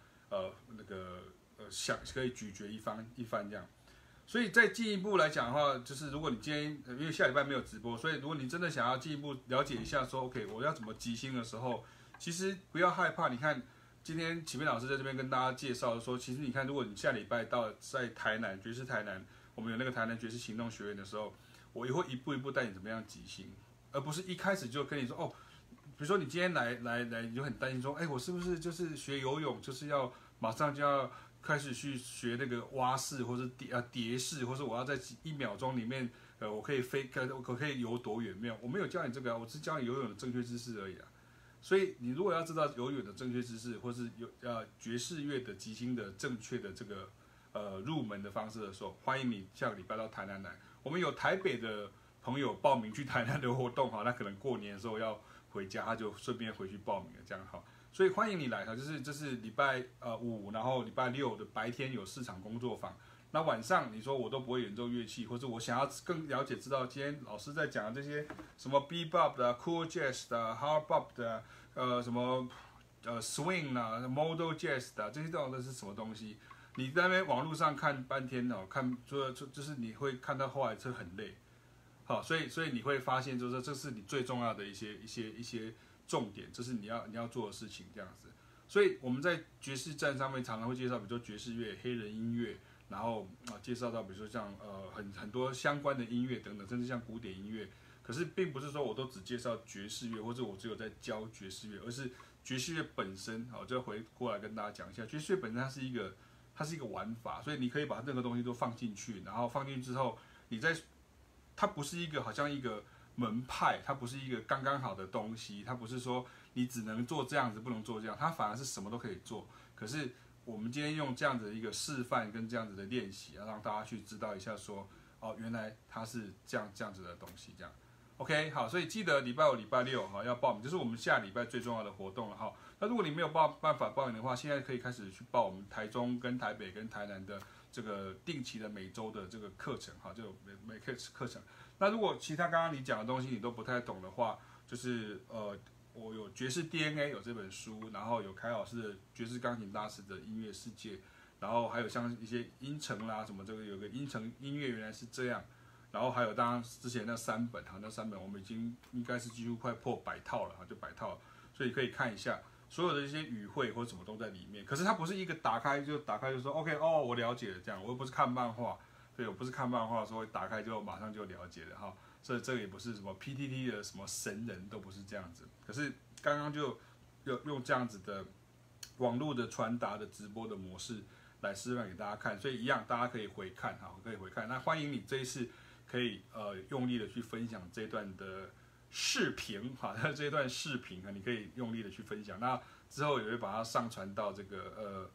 可以咀嚼一番这样。所以再进一步来讲的话，就是如果你今天因为下礼拜没有直播，所以如果你真的想要进一步了解一下说 OK 我要怎么即兴的时候，其实不要害怕。你看今天启明老师在这边跟大家介绍说，其实你看如果你下礼拜在台南爵士台南，我们有那个台南爵士行动学院的时候，我也会一步一步带你怎么样即兴，而不是一开始就跟你说比如说你今天来你就很担心说，我是不是就是学游泳就是要马上就要开始去学那个蛙式或是蝶式，或是我要在1秒钟里面我可以我可以游多远？没有，我没有教你这个我只教你游泳的正确姿势而已所以你如果要知道游泳的正确姿势，或是爵士乐的即兴的正确的这个入门的方式的时候，欢迎你下个礼拜到台南来。我们有台北的朋友报名去台南的活动那可能过年的时候要回家，他就顺便回去报名了这样所以欢迎你来这是礼拜5，然后礼拜6的白天有4场工作坊。那晚上你说我都不会演奏乐器，或者我想要更了解知道今天老师在讲的这些什么 bebop 的、cool jazz 的、hard bop 的，什么swing modal jazz 的，这些都是什么东西？你在那边网络上看半天看就是你会看到后来这很累。所以你会发现就是说这是你最重要的一些重点，这是你要做的事情这样子。所以我们在爵士站上面常常会介绍，比如说爵士乐、黑人音乐，然后介绍到比如说像很多相关的音乐等等，甚至像古典音乐。可是并不是说我都只介绍爵士乐，或者我只有在教爵士乐，而是爵士乐本身就回过来跟大家讲一下，爵士乐本身它是一个玩法，所以你可以把任何东西都放进去，然后放进去之后，它不是一个好像一个门派，它不是一个刚刚好的东西，它不是说你只能做这样子不能做这样，它反而是什么都可以做。可是我们今天用这样子的一个示范跟这样子的练习，要让大家去知道一下说原来它是这样子的东西这样。OK 好，所以记得礼拜5、礼拜6要报名，这是我们下礼拜最重要的活动了那如果你没有办法报名的话，现在可以开始去报我们台中跟台北跟台南的这个定期的每周的这个课程哈，就每课程。那如果其他刚刚你讲的东西你都不太懂的话，就是我有爵士 DNA 有这本书，然后有凯老师的爵士钢琴大师的音乐世界，然后还有像一些音程啦什么，这个有个音程音乐原来是这样，然后还有当然之前那3本哈，那3本我们已经应该是几乎快破100套了哈，就100套了，所以可以看一下。所有的一些语汇或者什么都在里面，可是它不是一个打开就说 OK 哦，我了解了这样，我又不是看漫画，对，我不是看漫画说打开就马上就了解了哈，这个也不是什么 PTT 的什么神人都不是这样子，可是刚刚就用这样子的网络的传达的直播的模式来示范给大家看，所以一样大家可以回看哈，可以回看。那欢迎你这一次可以用力的去分享这段的视频哈，这一段视频啊，你可以用力的去分享。那之后也会把它上传到这个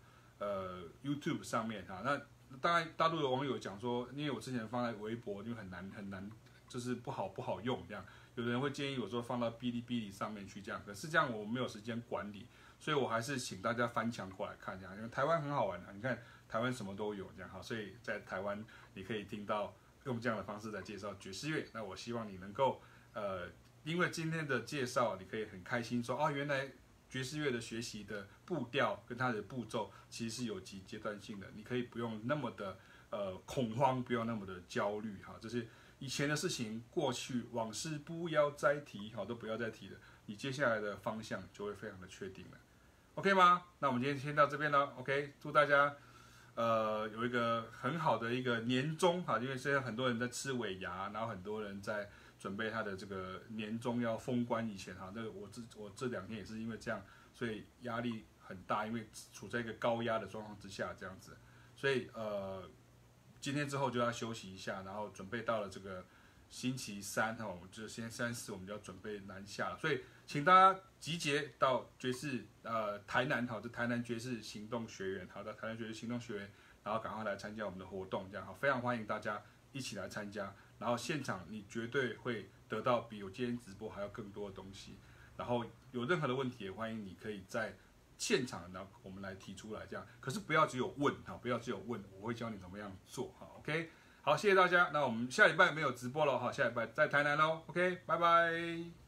YouTube 上面哈。那当然大陆的网友讲说，因为我之前放在微博，因为很难，就是不好用这样。有的人会建议我说放到哔哩哔哩上面去这样，可是这样我没有时间管理，所以我还是请大家翻墙过来看这样，因为台湾很好玩啊，你看台湾什么都有这样哈，所以在台湾你可以听到用这样的方式来介绍爵士乐。那我希望你能够因为今天的介绍，你可以很开心说哦，原来爵士乐的学习的步调跟它的步骤其实是有阶段性的，你可以不用那么的恐慌，不用那么的焦虑哈，这是以前的事情过去，往事不要再提，好，都不要再提了，你接下来的方向就会非常的确定了 ，OK 吗？那我们今天先到这边了 ，OK， 祝大家有一个很好的一个年终哈，因为现在很多人在吃尾牙，然后很多人在准备他的这个年终要封关以前哈，我这2天也是因为这样，所以压力很大，因为处在一个高压的状况之下这样子，所以今天之后就要休息一下，然后准备到了这个星期3哈，我们就先3、4我们就要准备南下了，所以请大家集结到爵士台南好，这台南爵士行动学院，好的台南爵士行动学院，然后赶快来参加我们的活动，这样好，非常欢迎大家一起来参加。然后现场你绝对会得到比我今天直播还要更多的东西。然后有任何的问题，也欢迎你可以在现场，然后我们来提出来这样。可是不要只有问哈，不要只有问，我会教你怎么样做哈。OK， 好，谢谢大家。那我们下礼拜没有直播了哈，下礼拜在台南喽。OK， 拜拜。